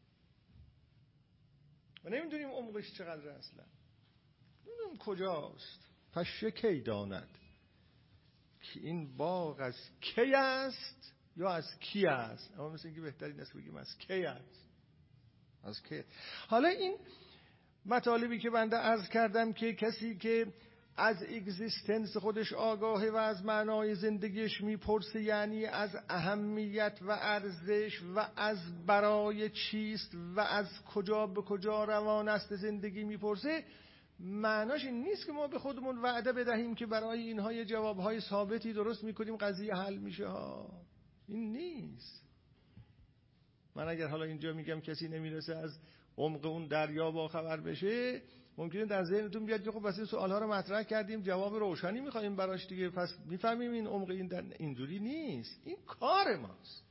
و نمیدونیم عمقش چقدر اصلا، نمیدونیم کجاست. پس کی داند که این باغ از کی است یا از کی است، اما مثل اینکه بهترین است بگیم از کی است. از کی؟ حالا این مطالبی که بنده عرض کردم که کسی که از اگزیستنس خودش آگاهه و از معنای زندگیش میپرسه، یعنی از اهمیت و ارزش و از برای چیست و از کجا به کجا روان است زندگی میپرسه، معناش این نیست که ما به خودمون وعده بدهیم که برای اینها یه جوابهای ثابتی درست میکنیم قضیه حل میشه ها. این نیست. من اگر حالا اینجا میگم کسی نمیرسه از عمق اون دریا با خبر بشه، ممکنه در ذهنتون بیاد که خب بس این سوالها رو مطرح کردیم، جواب روشنی میخوایم براش دیگه، پس میفهمیم این عمق این اینجوری نیست. این کار ماست.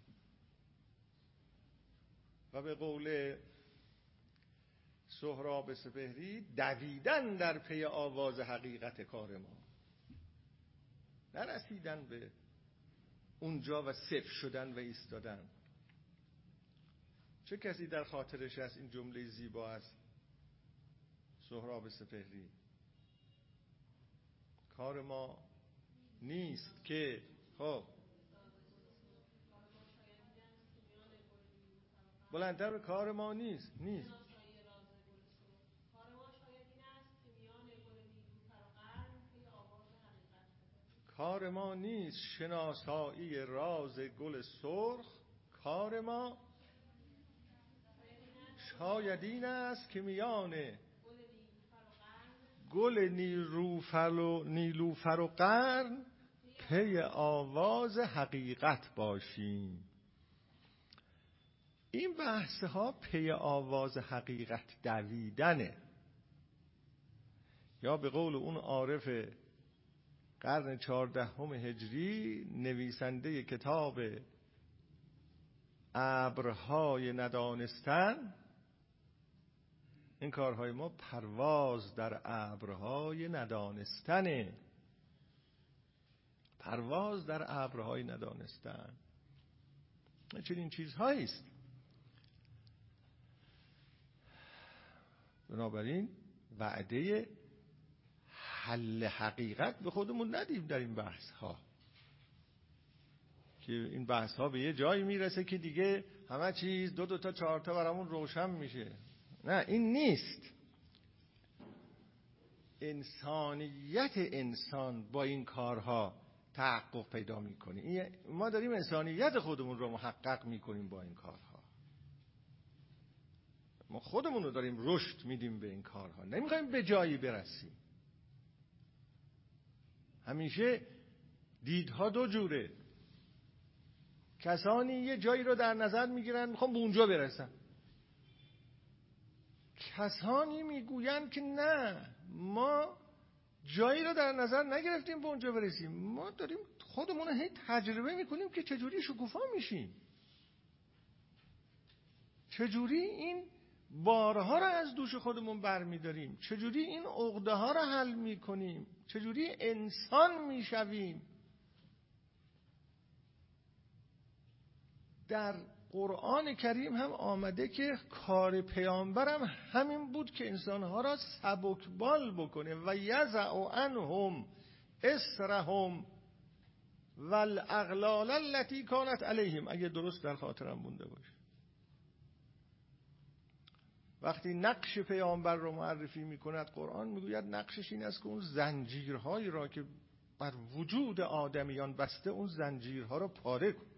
و به قول سهراب سپهری، دویدن در پی آواز حقیقت کار ما، نرسیدن به اونجا و صفر شدن و ایستادن. چه کسی در خاطرش هست این جمله زیبا است سهراب سپهری؟ کار ما نیست که خب بلندتر، کار ما نیست کار ما نیست شناسایی راز گل سرخ، کار ما شاید این است که میان گل نیلوفر و قرن پی آواز حقیقت باشیم. این بحث ها پی آواز حقیقت دویدنه، یا به قول اون عارف قرن 14 هجری نویسنده کتاب ابرهای ندانستن، این کارهای ما پرواز در ابرهای ندانستنه. پرواز در ابرهای ندانستن چنین چیزهایی است. بنابراین وعده حل حقیقت به خودمون ندیم در این بحث ها، که این بحث ها به یه جایی میرسه که دیگه همه چیز 2 تا 4 تا برامون روشن میشه. نه، این نیست. انسانیت انسان با این کارها تحقق پیدا میکنه. ما داریم انسانیت خودمون رو محقق میکنیم با این کارها. ما خودمون رو داریم رشد میدیم به این کارها، نمیخوایم به جایی برسیم. همیشه دیدها 2 جوره. کسانی یه جایی رو در نظر میگیرن میخوام به اونجا برسن، کسانی میگویند که نه، ما جایی رو در نظر نگرفتیم به اونجا برسیم، ما داریم خودمون هی تجربه میکنیم که چجوری شکوفا میشیم، چجوری این بارها رو از دوش خودمون برمیداریم، چجوری این عقده ها رو حل میکنیم، چجوری انسان میشویم. در قرآن کریم هم آمده که کار پیامبرم همین بود که انسانها را سبکبال بکنه و یضع عنهم اسرهم والاغلال التي كانت علیهم، اگه درست در خاطرم مونده باشه. وقتی نقش پیامبر رو معرفی میکند قرآن میگوید نقشش این است که اون زنجیرهایی را که بر وجود آدمیان بسته، اون زنجیرها رو پاره کن.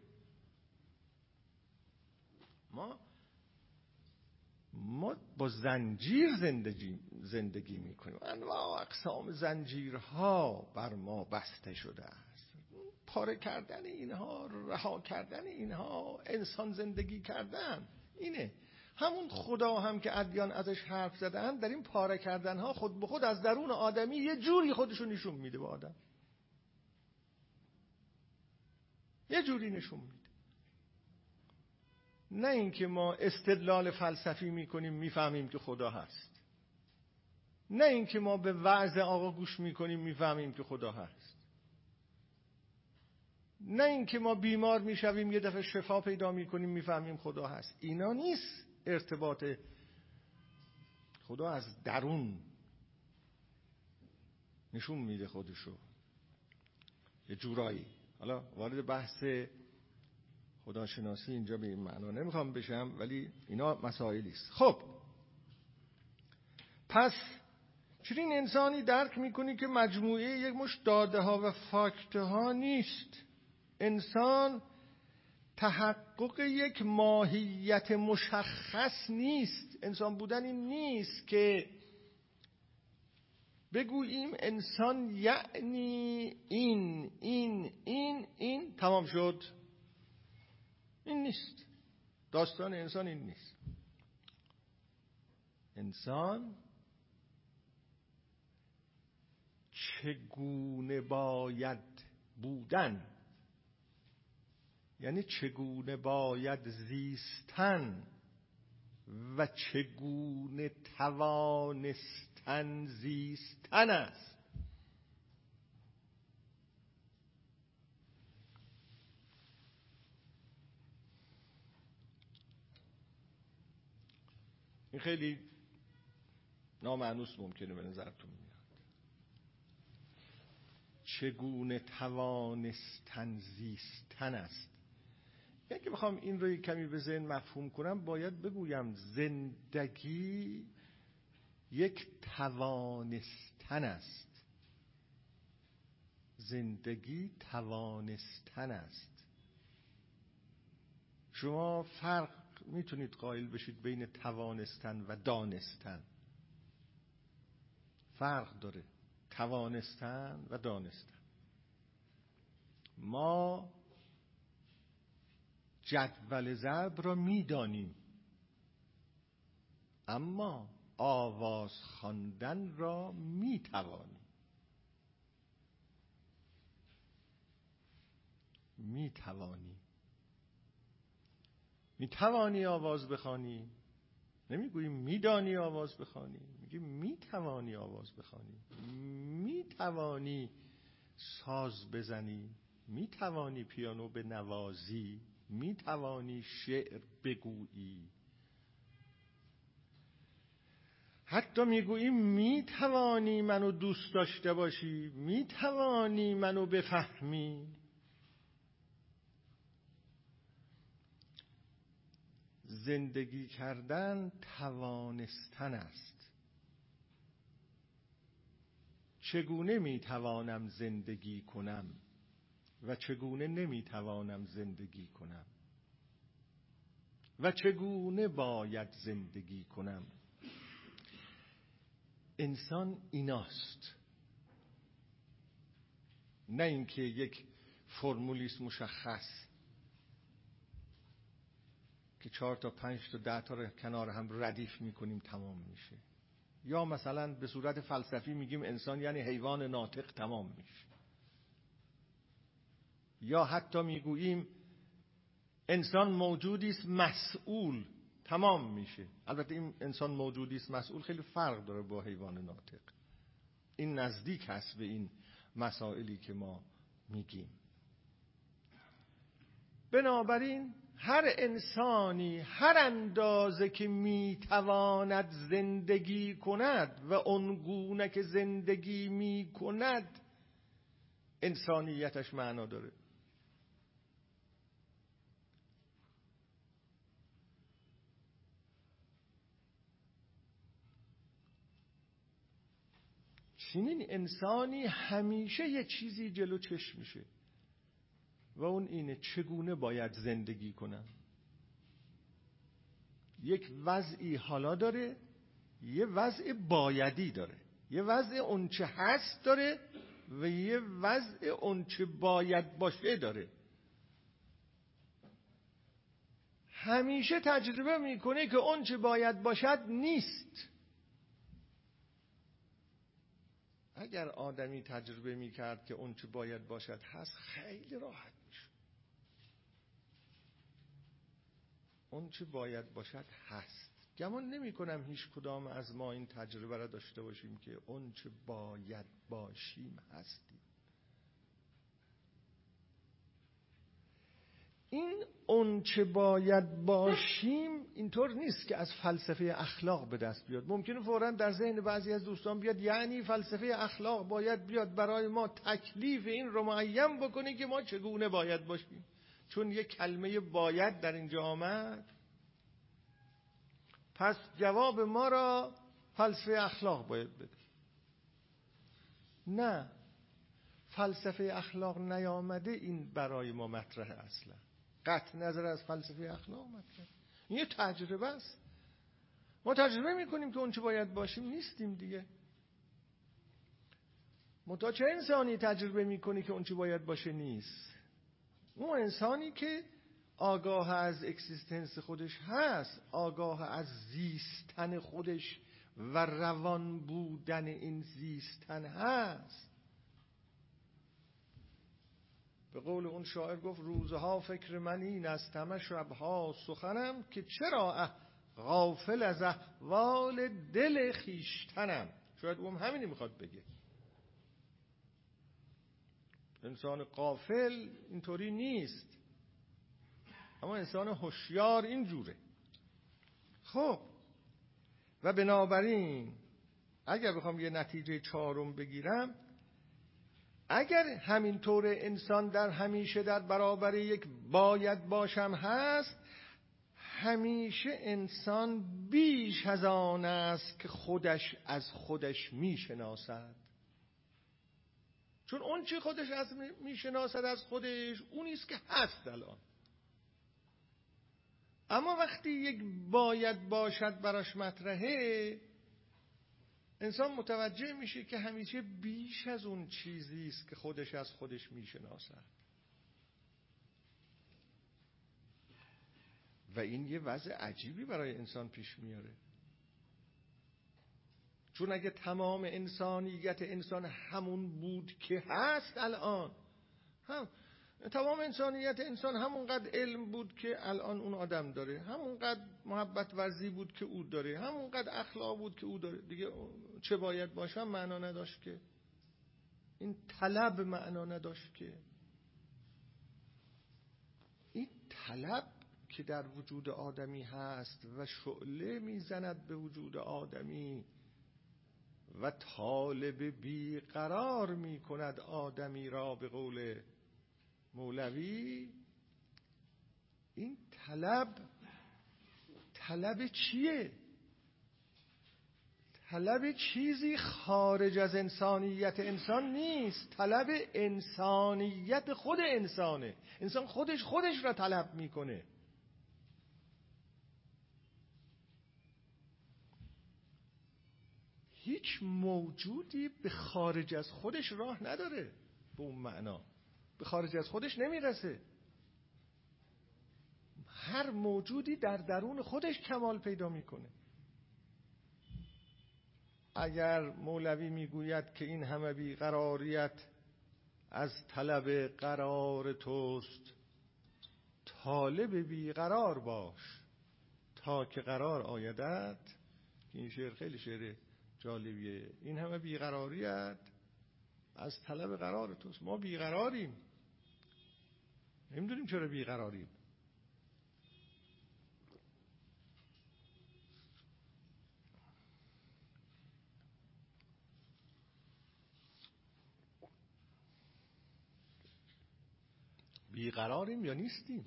ما با زنجیر زندگی میکنیم. انواع اقسام زنجیرها بر ما بسته شده است. پاره کردن اینها، رها کردن اینها، انسان زندگی کردن، اینه. همون خدا هم که ادیان ازش حرف زدن، در این پاره کردنها خود به خود از درون آدمی یه جوری خودشو نشون میده به آدم، یه جوری نشون میده. نه اینکه ما استدلال فلسفی میکنیم میفهمیم که خدا هست، نه اینکه ما به وعظ آقا گوش میکنیم میفهمیم که خدا هست، نه اینکه ما بیمار میشویم یه دفعه شفا پیدا میکنیم میفهمیم خدا هست. اینا نیست ارتباط. خدا از درون نشون میده خودشو یه جورایی. حالا وارد بحث خداشناسی اینجا به این معنا نمیخوام بشم، ولی اینا مسائلی است. خب پس چنین انسانی درک میکنی که مجموعه یک مشت داده ها و فاکت ها نیست. انسان تحقق یک ماهیت مشخص نیست. انسان بودن این نیست که بگوییم انسان یعنی این تمام شد. این نیست. داستان انسان این نیست. انسان چگونه باید بودن، یعنی چگونه باید زیستن و چگونه توانستن زیستن است. این خیلی نامعنوس ممکنه به نظرتون میاد. چگونه توانستن زیستن است. اگه بخوام این رو کمی به ذهن مفهوم کنم، باید بگویم زندگی یک توانستن است. زندگی توانستن است. شما فرق میتونید قائل بشید بین توانستن و دانستن. فرق داره توانستن و دانستن. ما جدول ضرب را میدانیم، اما آواز خواندن را میتوانیم. میتوانی آواز بخوانی. نمیگوییم میدانی آواز بخوانی، میگیم میتوانی آواز بخوانی، میتوانی ساز بزنی، میتوانی پیانو بنوازی، میتوانی شعر بگویی. حتی میگوییم میتوانی منو دوست داشته باشی، میتوانی منو بفهمی. زندگی کردن توانستن است. چگونه میتوانم زندگی کنم و چگونه نمیتوانم زندگی کنم و چگونه باید زندگی کنم. انسان ایناست، نه اینکه یک فرمولیست مشخص که 4 تا 5 تا 10 تا رو کنار هم ردیف میکنیم تمام میشه. یا مثلا به صورت فلسفی میگیم انسان یعنی حیوان ناطق تمام میشه. یا حتی میگوییم انسان موجودی است مسئول تمام میشه. البته این انسان موجودی است مسئول خیلی فرق داره با حیوان ناطق. این نزدیک هست به این مسائلی که ما میگیم. بنابراین هر انسانی هر اندازه که میتواند زندگی کند و اونگونه که زندگی میکند انسانیتش معنا داره. چنین انسانی همیشه یه چیزی جلو چشم میشه و اون اینه چگونه باید زندگی کنم. یک وضعی حالا داره، یه وضع بایدی داره، یه وضع اونچه هست داره و یه وضع اونچه باید باشه داره. همیشه تجربه میکنه که اونچه باید باشد نیست. اگر آدمی تجربه میکرد که اونچه باید باشد هست، خیلی راحت میشه. اونچه باید باشد هست. گمان نمی کنم هیچ کدام از ما این تجربه را داشته باشیم که اونچه باید باشیم هستیم. این اونچه باید باشیم اینطور نیست که از فلسفه اخلاق به دست بیاد. ممکنه فوراً در ذهن بعضی از دوستان بیاد یعنی فلسفه اخلاق باید بیاد برای ما تکلیف این رو معین بکنه که ما چگونه باید باشیم. چون یک کلمه باید در اینجا آمد، پس جواب ما را فلسفه اخلاق باید بده. نه، فلسفه اخلاق نیامده، این برای ما مطرحه. اصلا قطع نظر از فلسفه اخلاق مطرحه. این یه تجربه است. ما تجربه میکنیم که اون چه باید باشیم نیستیم دیگه. منتها چه انسانی تجربه میکنی که اون چه باید باشه نیست؟ اون انسانی که آگاه از اکزیستنس خودش هست، آگاه از زیستن خودش و روان بودن این زیستن هست. به قول اون شاعر گفت روزها فکر من این است، همه شبها سخنم، که چرا غافل از احوال دل خیشتنم. شاید اون همینی میخواد بگه. انسان غافل اینطوری نیست، اما انسان هوشیار اینجوره. خب و بنابراین اگر بخوام یه نتیجه چهارم بگیرم، اگر همینطور انسان در همیشه در برابر یک باید باشم هست، همیشه انسان بیش از آن است که خودش از خودش میشناسد. چون اون چی خودش از میشناسد از خودش، اونیست که هست الان. اما وقتی یک باید باشد براش مطرحه، انسان متوجه میشه که همیشه بیش از اون چیزی است که خودش از خودش میشناسد. و این یه وضع عجیبی برای انسان پیش میاره. چون اگه تمام انسانیت انسان همون بود که هست الان، تمام انسانیت انسان همونقدر علم بود که الان اون آدم داره، همونقدر محبت ورزی بود که او داره، همونقدر اخلاق بود که او داره، دیگه چه باید باشم معنا نداشت که. این طلب معنا نداشت که. این طلب که در وجود آدمی هست و شعله میزند به وجود آدمی و طالب بیقرار میکند آدمی را، به قول مولوی، این طلب چیه؟ طلب چیزی خارج از انسانیت انسان نیست، طلب انسانیت خود انسانه. انسان خودش را طلب میکنه. هیچ موجودی به خارج از خودش راه نداره. به اون معنا به خارج از خودش نمیرسه. هر موجودی در درون خودش کمال پیدا میکنه. اگر مولوی میگوید که این همه بیقراریت از طلب قرار توست، طالب بیقرار باش تا که قرار آیدت. این شعر خیلی شعر جالبیه. این همه بیقراریت از طلب قرار توست. ما بیقراریم، نمیدونیم چرا بیقراریم. بیقراریم یا نیستیم؟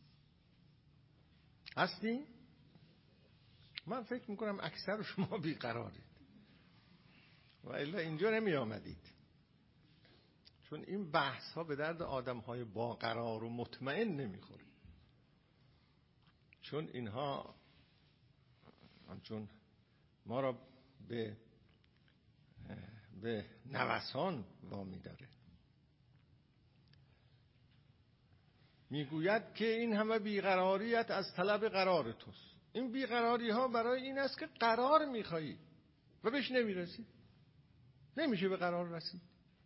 هستیم؟ من فکر میکنم اکثر شما بیقرارید و الا اینجا نمی آمدید. چون این بحث ها به درد آدم های با قرار و مطمئن نمیخوره. چون اینها چون ما را به نوسان وامی داره. میگوید که این همه بیقراریت از طلب قرار توست. این بیقراری ها برای این است که قرار میخوایی و بهش نمیرسی. نمیشه به قرار رسید.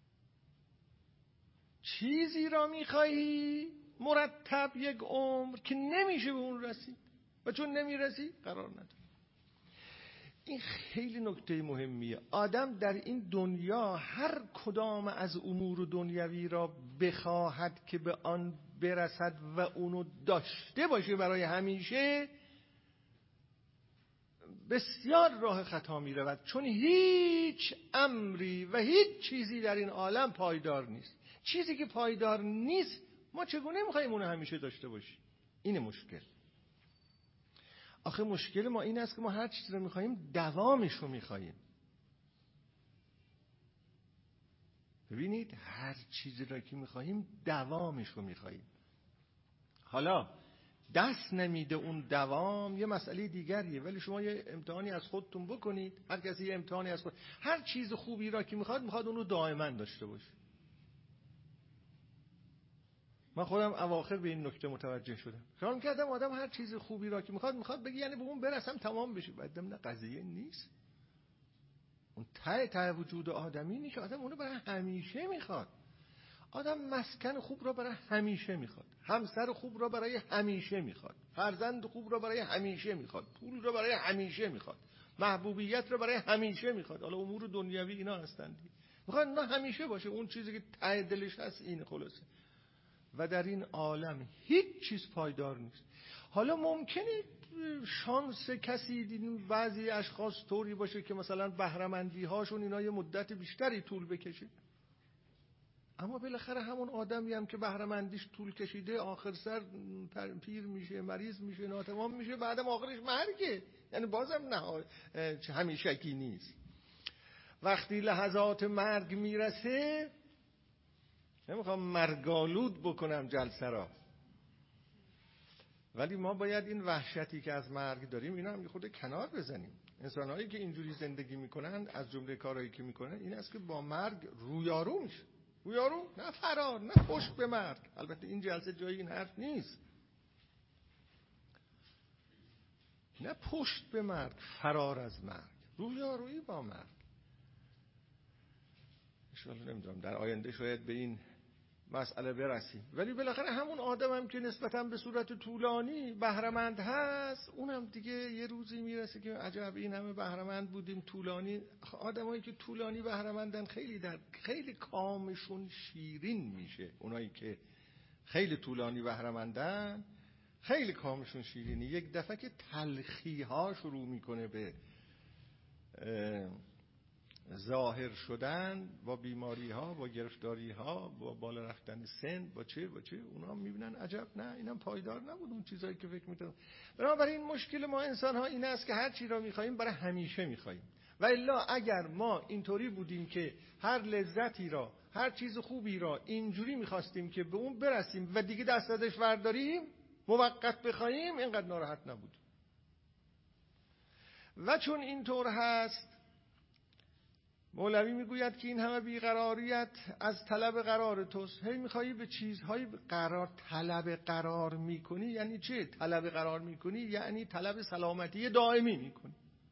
چیزی را میخوایی مرتب یک عمر که نمیشه به اون رسید و چون نمیرسی قرار نداره. این خیلی نکته مهمیه. آدم در این دنیا هر کدام از امور دنیوی را بخواهد که به آن برسد و اونو داشته باشه برای همیشه، بسیار راه خطا می رود. چون هیچ امری و هیچ چیزی در این عالم پایدار نیست. چیزی که پایدار نیست ما چگونه میخواییم اونو همیشه داشته باشیم؟ اینه مشکل. آخه مشکل ما این است که ما هر چیزی رو میخواییم دوامش رو میخواییم. ببینید هر چیزی رو که میخواییم دوامش رو میخواییم. حالا دست نمیده اون دوام یه مسئله دیگریه، ولی شما یه امتحانی از خودتون بکنید، هر کسی یه امتحانی از خود، هر چیز خوبی را که میخواد اونو دائما داشته باشه. من خودم اواخر به این نکته متوجه شدم. خیال کردم آدم هر چیز خوبی را که میخواد بگی یعنی به اون برسم تمام بشه. بعدم نه، قضیه نیست. اون ته وجود آدمی اینه که آدم اونو برای همیشه میخواد. آدم مسکن خوب را برای همیشه میخواد، همسر خوب را برای همیشه میخواد، فرزند خوب را برای همیشه میخواد، پول را برای همیشه میخواد، محبوبیت را برای همیشه میخواد. حالا امور دنیوی اینا هستند، میخواد نه همیشه باشه. اون چیزی که ته دلش هست اینه خلاصه. و در این عالم هیچ چیز پایدار نیست. حالا ممکنه شانس کسی دیدیم بعضی اشخاص طوری باشه که مثلا بهره‌مندی هاشون اینا یه مدت بیشتری طول بکشه، اما بالاخره همون آدمی هم که بهره‌مندیش طول کشیده آخر سر پیر میشه، مریض میشه، ناتمام میشه، بعدم آخرش مرگه. یعنی بازم نه همیشگی نیست. وقتی لحظات مرگ میرسه، نمیخوام مرگالود بکنم جلسه را، ولی ما باید این وحشتی که از مرگ داریم اینا هم خود کنار بزنیم. انسان‌هایی که اینجوری زندگی میکنن، از جمله کارهایی که میکنن این است که با مرگ رویارو میشه. رویارو، نه فرار، نه پشت به مرگ. البته این جلسه جایی این حرف نیست. نه پشت به مرگ، فرار از مرگ، رویارویی با مرگ. انشاءالله نمیدونم در آینده شاید به این مسئله برسیم. ولی بالاخره همون آدم هم که نسبتاً به صورت طولانی بهره‌مند هست، اونم دیگه یه روزی میرسه که عجب این همه بهره‌مند بودیم طولانی. آدمایی که طولانی بهره‌مندن خیلی کامشون شیرین میشه. اونایی که خیلی طولانی بهره‌مندن خیلی کامشون شیرینه. یک دفعه که تلخی ها شروع میکنه به ظاهر شدن، با بیماری ها، با گرفتاری ها، با بالا رفتن سن، با چه اونا میبینن عجب نه اینم پایدار نبود اون چیزایی که فکر می‌کردن. بنابراین مشکل ما انسان ها این است که هر چی را می‌خوایم برای همیشه می‌خوایم. و الا اگر ما اینطوری بودیم که هر لذتی را، هر چیز خوبی را اینجوری می‌خواستیم که به اون برسیم و دیگه دست ازش برداریم، موقت بخوایم، اینقدر ناراحت نبود. و چون اینطور هست، مولوی میگوید که این همه بیقراریت از طلب قرار توست. هی میخوایی به چیزهای طلب قرار میکنی. یعنی چه طلب قرار میکنی؟ یعنی طلب سلامتی دائمی میکنی،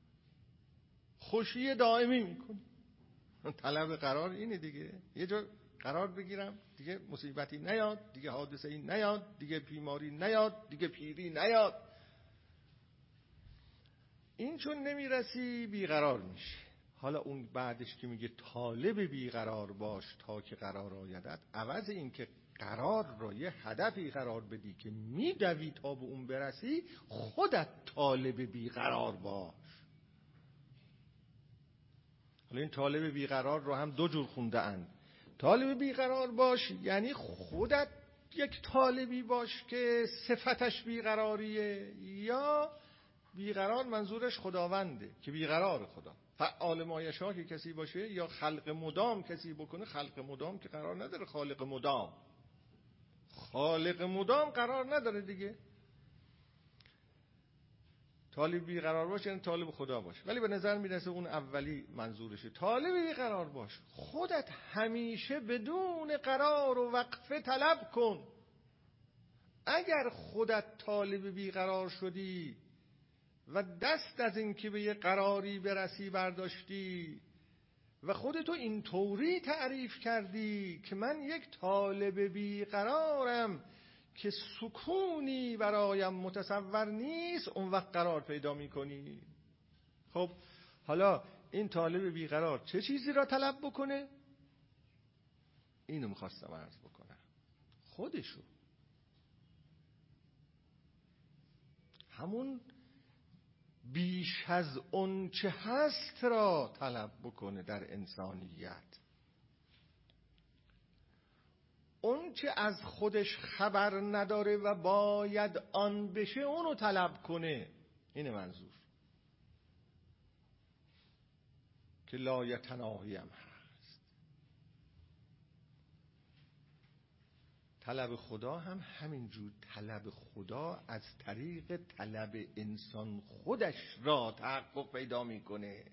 خوشی دائمی میکنی. طلب قرار اینه دیگه، یه جا قرار بگیرم دیگه مصیبتی نیاد، دیگه حادثه‌ای نیاد، دیگه بیماری نیاد، دیگه پیری نیاد. این چون نمیرسی بیقرار میشه. حالا اون بعدش که میگه طالب بیقرار باش تا که قرار آیدت، عوض این که قرار را یه هدفی قرار بدی که میدوی تا به اون برسی، خودت طالب بیقرار باش. حالا این طالب بیقرار رو هم دو جور خونده اند. طالب بیقرار باش یعنی خودت یک طالبی باش که صفتش بیقراریه، یا بیقرار منظورش خداونده که بیقرار خدا. فعال ما یشاء که کسی باشه، یا خلق مدام کسی بکنه. خلق مدام که قرار نداره خالق مدام. خالق مدام قرار نداره دیگه. طالب بیقرار باشه یعنی طالب خدا باشه. ولی به نظر میرسه اون اولی منظورشه. طالب بیقرار باش، خودت همیشه بدون قرار و وقفه طلب کن. اگر خودت طالب بیقرار شدی و دست از این که به یه قراری برسی برداشتی و خودتو اینطوری تعریف کردی که من یک طالب بیقرارم که سکونی برایم متصور نیست، اون وقت قرار پیدا میکنی. خب حالا این طالب بیقرار چه چیزی را طلب بکنه؟ اینو میخواستم عرض بکنم، خودشو، همون بیش از اون چه هست را طلب بکنه در انسانیت. اون چه از خودش خبر نداره و باید آن بشه اونو طلب کنه. اینه منظور که لایتناهی هم هست. طلب خدا هم همینجور، طلب خدا از طریق طلب انسان خودش را تحقق پیدا میکنه.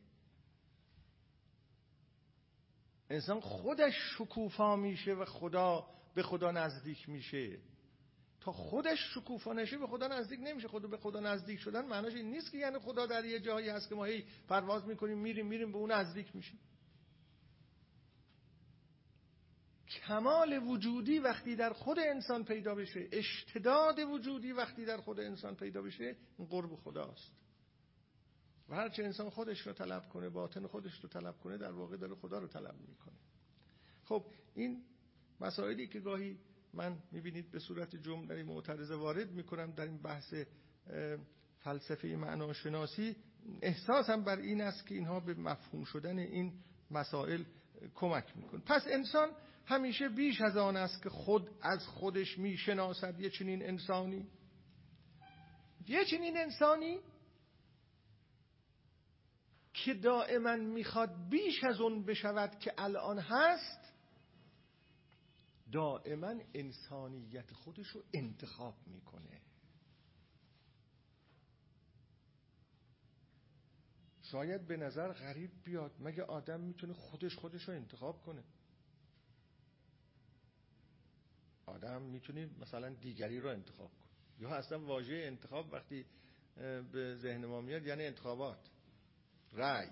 انسان خودش شکوفا میشه و به خدا نزدیک میشه. تا خودش شکوفا نشه به خدا نزدیک نمیشه. به خدا نزدیک شدن معناش این نیست که یعنی خدا در یه جایی هست که ما هی پرواز میکنیم میریم به اون نزدیک میشیم. کمال وجودی وقتی در خود انسان پیدا بشه، اشتداد وجودی وقتی در خود انسان پیدا بشه، این قرب خداست. و هرچه انسان خودش رو طلب کنه، باطن خودش رو طلب کنه، در واقع داره خدا رو طلب میکنه. خب این مسائلی که گاهی من میبینید به صورت جمله معترضه وارد میکنم در این بحث فلسفه معناشناسی، احساسم بر این است که اینها به مفهوم شدن این مسائل کمک میکنه. پس انسان همیشه بیش از آن است که خود از خودش میشناسد. یه چنین انسانی که دائما میخواد بیش از اون بشود که الان هست، دائما انسانیت خودش رو انتخاب میکنه. شاید به نظر غریب بیاد، مگه آدم میتونه خودش رو انتخاب کنه؟ آدم میتونه مثلا دیگری رو انتخاب کنه، یا اصلا واژه انتخاب وقتی به ذهن ما میاد یعنی انتخابات، رأی.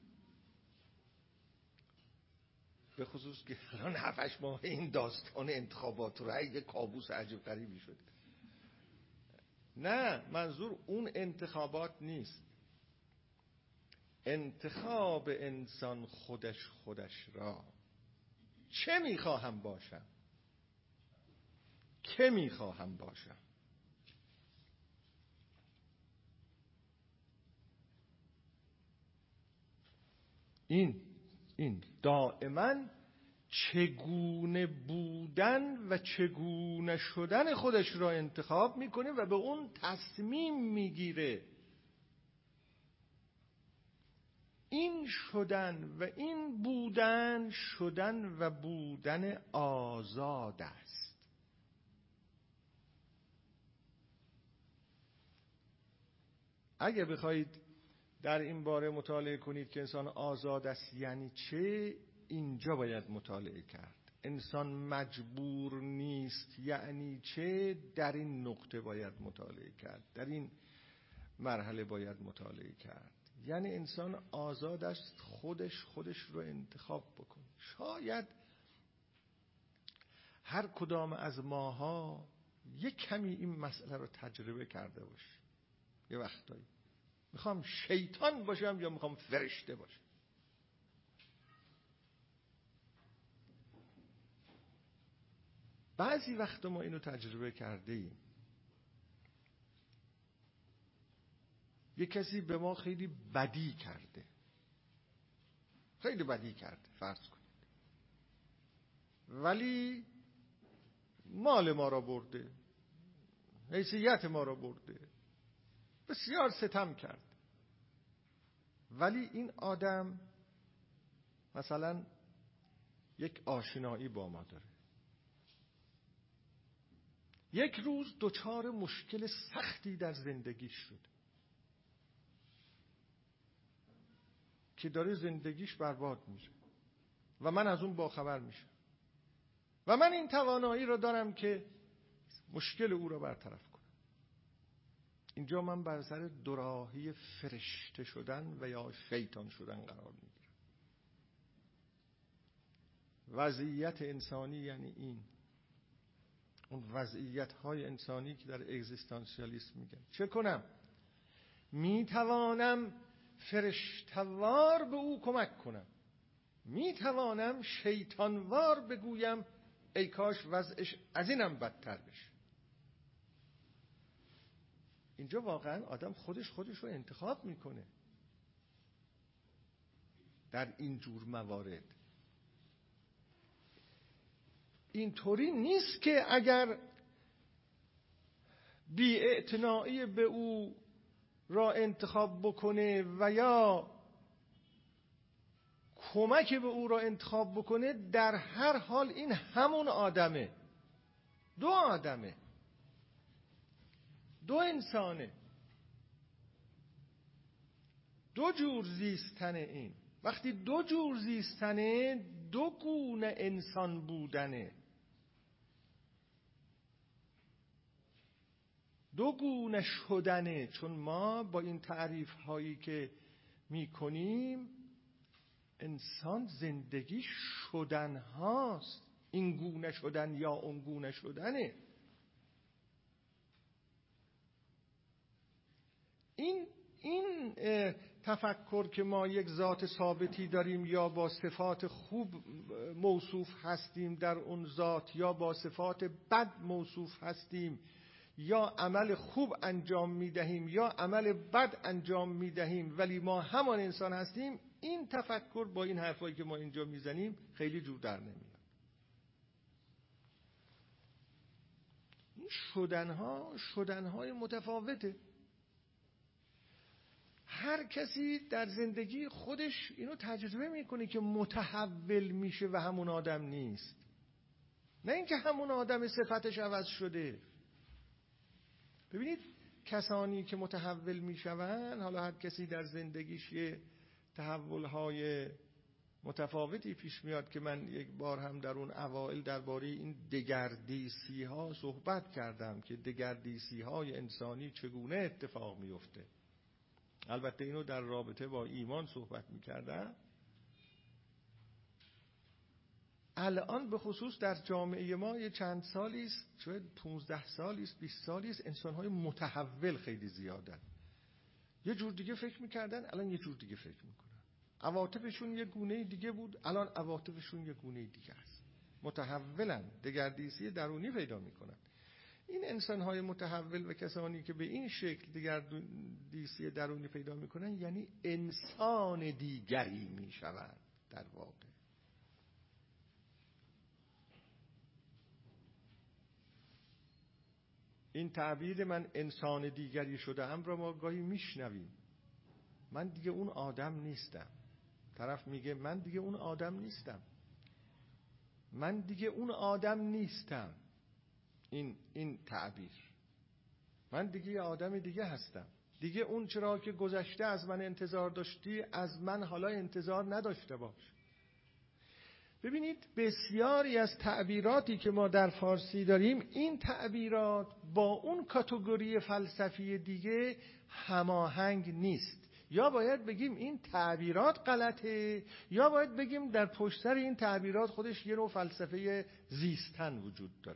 به خصوص که الان 7-8 ماه این داستان انتخابات و رأی کابوس عجیب غریبی شده. نه، منظور اون انتخابات نیست. انتخاب انسان خودش را چه میخواهم باشم، که میخواهم باشم. این دائما چگونه بودن و چگونه شدن خودش را انتخاب میکنه و به اون تصمیم میگیره. این شدن و این بودن، شدن و بودن آزاد است. اگه بخواید در این باره مطالعه کنید که انسان آزاد است یعنی چه، اینجا باید مطالعه کرد. انسان مجبور نیست یعنی چه، در این نقطه باید مطالعه کرد، در این مرحله باید مطالعه کرد. یعنی انسان آزاد است خودش رو انتخاب بکنه. شاید هر کدام از ماها یک کمی این مسئله رو تجربه کرده باشه. یه وقتایی میخوام شیطان باشم یا میخوام فرشته باشم. بعضی وقتا ما اینو تجربه کرده ایم. یه کسی به ما خیلی بدی کرده، فرض کنید، ولی مال ما را برده، حیثیت ما را برده، بسیار ستم کرد. ولی این آدم مثلا یک آشنایی با ما داره، یک روز دچار مشکل سختی در زندگیش شد که داره زندگیش برباد میشه و من از اون باخبر میشم و من این توانایی رو دارم که مشکل او رو برطرف کنم. اینجا من بر سر دوراهی فرشته شدن و یا شیطان شدن قرار میگیرم. وضعیت انسانی یعنی این، اون وضعیت‌های انسانی که در اگزیستانسیالیسم میگن. چه کنم؟ میتوانم فرشتوار به او کمک کنم، میتوانم شیطانوار بگویم ای کاش وضعش از اینم بدتر بشه. اینجا واقعا آدم خودش رو انتخاب میکنه. در این جور موارد اینطوری نیست که اگر بی‌اعتنایی به او را انتخاب بکنه و یا کمک به او را انتخاب بکنه، در هر حال این همون آدمه. دو آدمه، دو انسانه، دو جور زیستنه. این وقتی دو جور زیستنه، دو گونه انسان بودنه، دو گونه شدنه. چون ما با این تعریف هایی که می کنیم، انسان زندگی شدن هاست، این گونه شدن یا اون گونه شدنه. این تفکر که ما یک ذات ثابتی داریم یا با صفات خوب موصوف هستیم در اون ذات، یا با صفات بد موصوف هستیم، یا عمل خوب انجام میدهیم یا عمل بد انجام میدهیم ولی ما همان انسان هستیم، این تفکر با این حرفایی که ما اینجا میزنیم خیلی جور در نمیاد. این شدنهای متفاوته. هر کسی در زندگی خودش اینو تجربه میکنه که متحول میشه و همون آدم نیست، نه اینکه همون آدم صفتش عوض شده. ببینید کسانی که متحول میشوند، حالا هر کسی در زندگیش یه تحولهای متفاوتی پیش میاد که من یک بار هم در اون اوائل درباره این دگردیسی ها صحبت کردم که دگردیسی های انسانی چگونه اتفاق میفته. البته اینو در رابطه با ایمان صحبت میکردم. الان به خصوص در جامعه ما یه چند سالی است، شاید 15 سالی است، 20 سالی است، انسان‌های متحول خیلی زیادن. یه جور دیگه فکر میکردن، الان یه جور دیگه فکر میکنن. عواطفشون یه گونه دیگه بود، الان عواطفشون یه گونه دیگه است. متحولن، دگردیسی درونی پیدا میکنن. این انسان‌های متحول و کسانی که به این شکل دگردیسی درونی پیدا میکنن، یعنی انسان دیگری میشوند در واقع. این تعبیر من انسان دیگری شده ام را ما گاهی میشنویم. من دیگه اون آدم نیستم. طرف میگه من دیگه اون آدم نیستم. من دیگه اون آدم نیستم. این تعبیر. من دیگه یه آدم دیگه هستم. دیگه اون چرا که گذشته از من انتظار داشتی، از من حالا انتظار نداشته باش. ببینید بسیاری از تعبیراتی که ما در فارسی داریم، این تعبیرات با اون کاتگوری فلسفی دیگه هماهنگ نیست. یا باید بگیم این تعبیرات غلطه، یا باید بگیم در پشت سر این تعبیرات خودش یه نوع فلسفه زیستن وجود داره.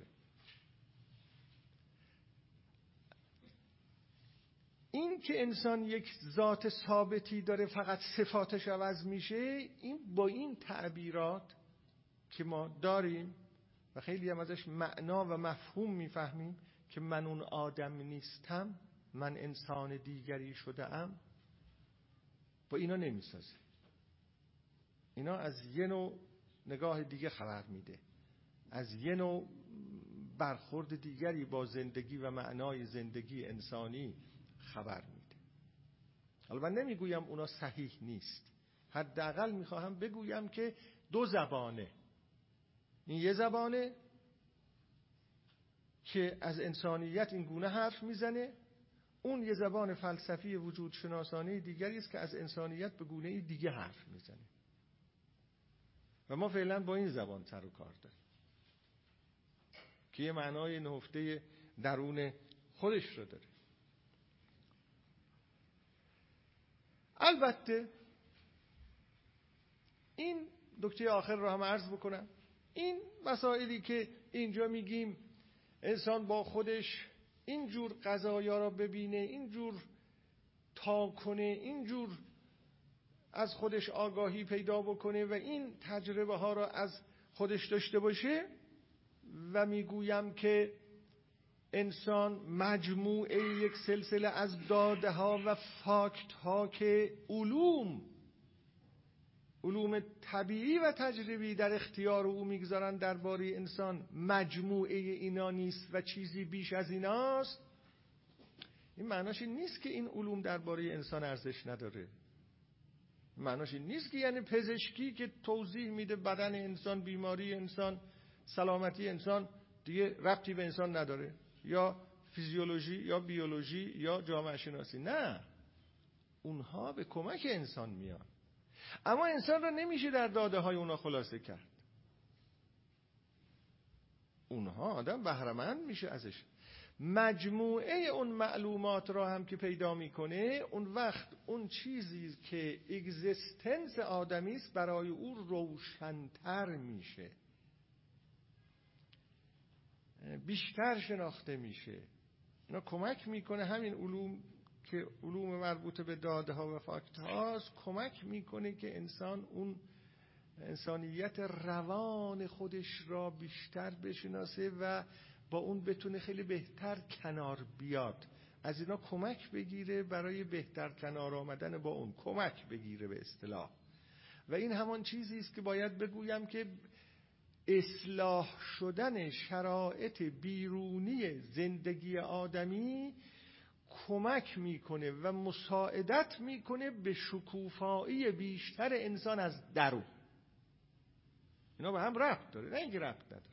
این که انسان یک ذات ثابتی داره، فقط صفاتش عوض میشه، این با این تعبیرات که ما داریم و خیلی هم ازش معنا و مفهوم میفهمیم که من اون آدم نیستم، من انسان دیگری شده ام، با اینا نمیسازه. اینا از یه نوع نگاه دیگه خبر میده، از یه نوع برخورد دیگری با زندگی و معنای زندگی انسانی خبر میده. حالا من نمیگویم اونا صحیح نیست، حداقل میخواهم بگویم که دو زبانه. این یه زبانه که از انسانیت این گونه حرف میزنه، اون یه زبان فلسفی وجود شناسانه دیگری است که از انسانیت به گونه دیگه حرف میزنه و ما فعلا با این زبان سر و کار داریم که یه معنای نهفته درون خودش رو داره. البته این نکته آخر رو هم عرض بکنم، این مسائلی که اینجا میگیم انسان با خودش اینجور قضایا را ببینه، اینجور تا کنه، اینجور از خودش آگاهی پیدا بکنه و این تجربه ها را از خودش داشته باشه، و میگویم که انسان مجموعه یک سلسله از داده ها و فاکت ها که علوم طبیعی و تجربی در اختیار او میگذارن درباره انسان مجموعه اینا نیست و چیزی بیش از ایناست، این معناش این نیست که این علوم درباره انسان ارزش نداره. معناش این نیست که یعنی پزشکی که توضیح میده بدن انسان، بیماری انسان، سلامتی انسان دیگه ربطی به انسان نداره، یا فیزیولوژی یا بیولوژی یا جامعه شناسی. نه، اونها به کمک انسان میان، اما انسان را نمیشه در داده های اونها خلاصه کرد. اونها آدم بهره‌مند میشه ازش. مجموعه اون معلومات را هم که پیدا میکنه، اون وقت اون چیزی که اگزیستنس آدمی است برای او روشن‌تر میشه، بیشتر شناخته میشه. اینا کمک میکنه، همین علوم که علوم مربوط به داده ها و فاکت هاست کمک میکنه که انسان اون انسانیت روان خودش را بیشتر بشناسه و با اون بتونه خیلی بهتر کنار بیاد، از اینا کمک بگیره برای بهتر کنار آمدن با اون، کمک بگیره به اصطلاح. و این همان چیزی است که باید بگویم که اصلاح شدن شرایط بیرونی زندگی آدمی کمک میکنه و مساعدت میکنه به شکوفایی بیشتر انسان از درون. اینا به هم ربط داره، نه اینکه ربط نداره.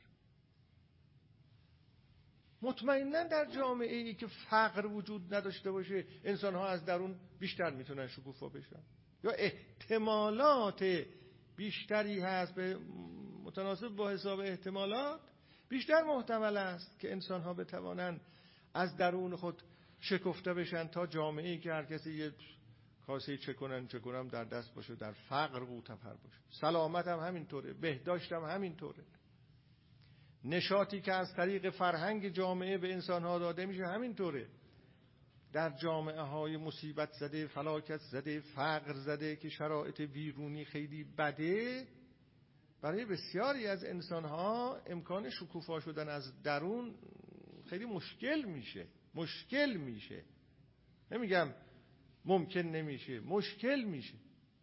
مطمئناً در جامعه ای که فقر وجود نداشته باشه انسان ها از درون بیشتر میتونن شکوفا بشن، یا احتمالات بیشتری هست به متناسب با حساب احتمالات بیشتر محتمل است که انسان ها بتوانند از درون خود شکفته بشن تا جامعه ای که هر کسی یه کاسه چه کنم در دست باشه، در فقر غوطه‌فر باشه. سلامت هم همینطوره، بهداشت هم همینطوره. نشاطی که از طریق فرهنگ جامعه به انسان ها داده میشه همینطوره. در جامعه های مصیبت زده، فلاکت زده، فقر زده که شرایط بیرونی خیلی بده، برای بسیاری از انسان ها امکان شکوفا شدن از درون خیلی مشکل میشه. نمیگم ممکن نمیشه، مشکل میشه.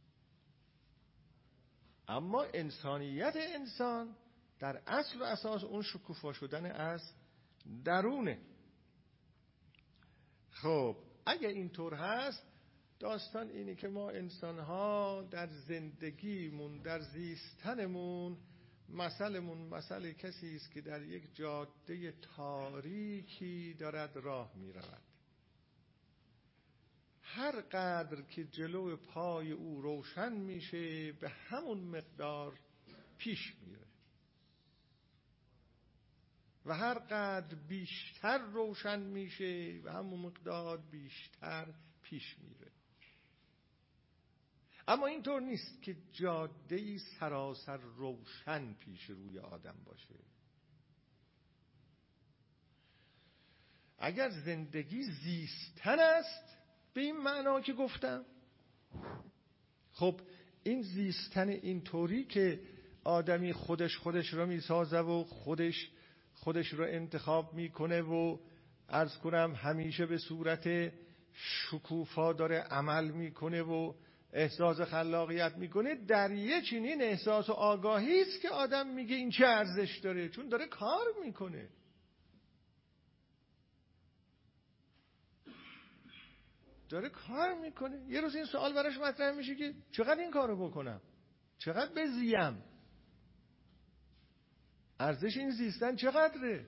اما انسانیت انسان در اصل و اساس اون شکوفا شدن از درونه. خب اگه اینطور هست، داستان اینه که ما انسان‌ها در زندگیمون، در زیستنمون، مثل کسی است که در یک جاده تاریکی دارد راه می‌رود. هر قدر که جلو پای او روشن میشه به همون مقدار پیش میره و هر قدر بیشتر روشن میشه و همون مقدار بیشتر پیش میره. اما اینطور نیست که جاده‌ای سراسر روشن پیش روی آدم باشه. اگر زندگی زیستن است به این معنا که گفتم، خب این زیستن اینطوری که آدمی خودش رو میسازه و خودش رو انتخاب میکنه و عرض کنم همیشه به صورت شکوفا داره عمل میکنه و احساس خلاقیت میکنه، در یه چنین احساس و آگاهی است که آدم میگه این چه ارزش داره، چون داره کار میکنه. یه روز این سوال براش مطرح میشه که چقدر این کارو بکنم، چقدر بزیم، ارزش این زیستن چقدره،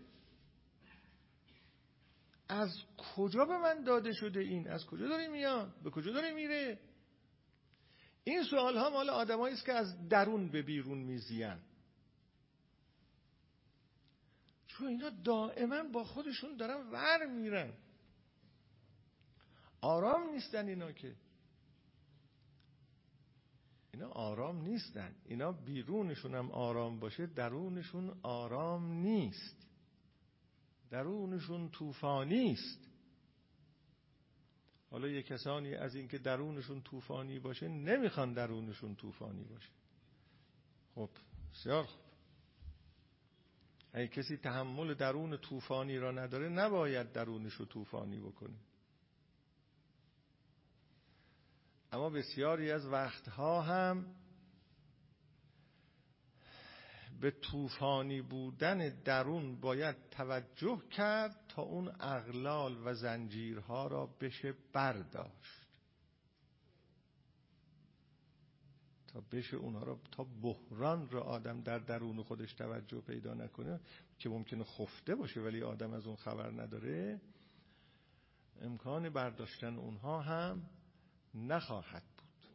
از کجا به من داده شده، این از کجا داره میاد، به کجا داره میره. این سوال ها مال آدمایی است که از درون به بیرون میزیان، چون اینا دائما با خودشون دارن ور میرن، آرام نیستن. اینا آرام نیستن. اینا بیرونشون هم آرام باشه درونشون آرام نیست، درونشون طوفانی است. حالا یه کسانی از این که درونشون طوفانی باشه نمیخوان درونشون طوفانی باشه. خب بسیار خوب. اگه کسی تحمل درون طوفانی را نداره نباید درونشو طوفانی بکنه. اما بسیاری از وقتها هم به طوفانی بودن درون باید توجه کرد تا اون اغلال و زنجیرها را بشه برداشت، تا بشه اونها را، تا بحران را آدم در درون خودش توجه پیدا نکنه که ممکنه خفته باشه ولی آدم از اون خبر نداره، امکان برداشتن اونها هم نخواهد بود.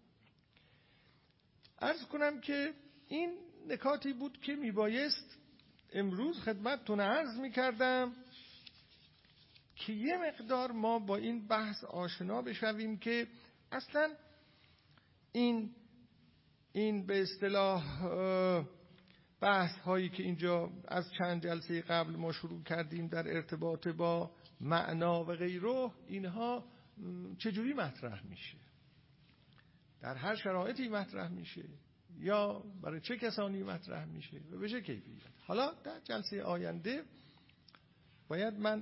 عرض کنم که این نکاتی بود که میبایست امروز خدمتتون عرض میکردم که یه مقدار ما با این بحث آشنا بشویم که اصلا این به اصطلاح بحث هایی که اینجا از چند جلسه قبل ما شروع کردیم در ارتباط با معنا و غیره، اینها چجوری مطرح میشه، در هر شرایطی مطرح میشه یا برای چه کسانی مطرح میشه و به چه کیفیت. حالا در جلسه آینده باید من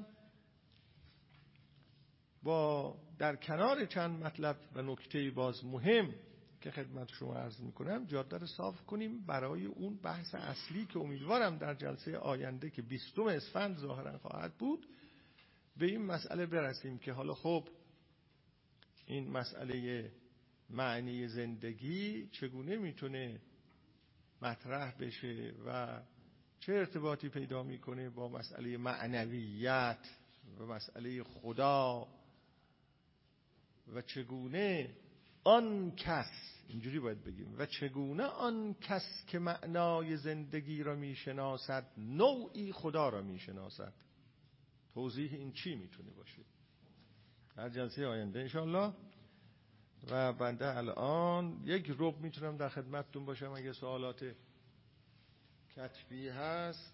در کنار چند مطلب و نکته باز مهم که خدمت شما عرض میکنم جاده رو صاف کنیم برای اون بحث اصلی که امیدوارم در جلسه آینده که 20 اسفند ظاهرا خواهد بود به این مسئله برسیم که حالا خب این مسئله معنی زندگی چگونه میتونه مطرح بشه و چه ارتباطی پیدا میکنه با مسئله معنویت و مسئله خدا و چگونه آن کس، اینجوری باید بگیم، و چگونه آن کس که معنای زندگی را میشناسد نوعی خدا را میشناسد. توضیح این چی میتونه باشه در جلسه آینده انشاءالله. و بنده الان 1 ربع میتونم در خدمتتون باشم اگه سوالات کتبی هست.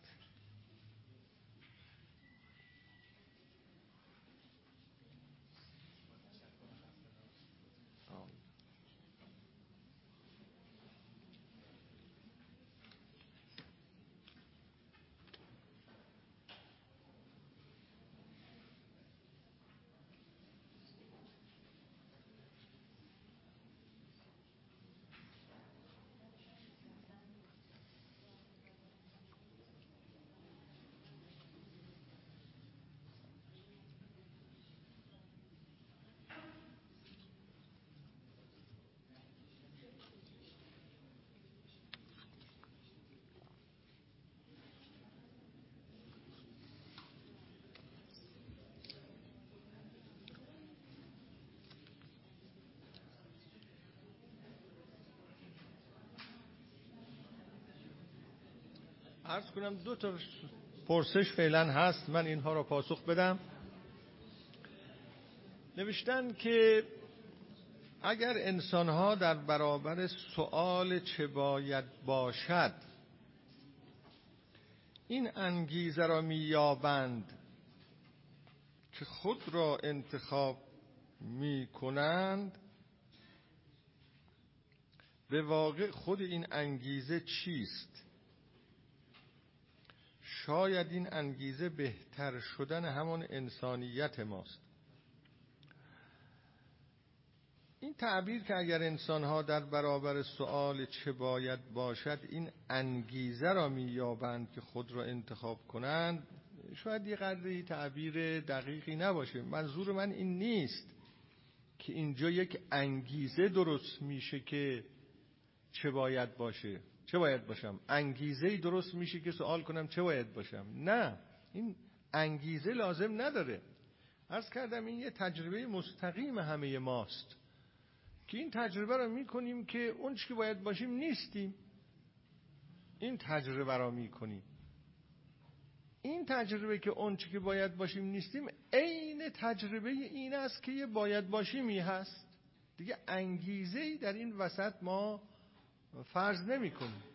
عرض کنم 2 تا پرسش فعلا هست، من اینها را پاسخ بدم. نوشتن که اگر انسان‌ها در برابر سؤال چه باید باشد این انگیزه را می‌یابند که خود را انتخاب می‌کنند، به واقع خود این انگیزه چیست؟ شاید این انگیزه بهتر شدن همان انسانیت ماست. این تعبیر که اگر انسان‌ها در برابر سؤال چه باید باشد این انگیزه را می‌یابند که خود را انتخاب کنند، شاید یه قدری تعبیر دقیقی نباشه. منظور من این نیست که اینجا یک انگیزه درست میشه که چه باید باشه، چه باید باشم، انگیزه‌ای درست میشه که سوال کنم چه باید باشم. نه، این انگیزه لازم نداره. عرض کردم این یه تجربه مستقیم همه ماست که این تجربه رو میکنیم که اون چی که باید باشیم نیستیم. این تجربه رو میکنیم. این تجربه که اون چی که باید باشیم نیستیم عین تجربه این است که یه باید باشیمی هست. دیگه انگیزه‌ای در این وسط ما فرض نمی کنیم.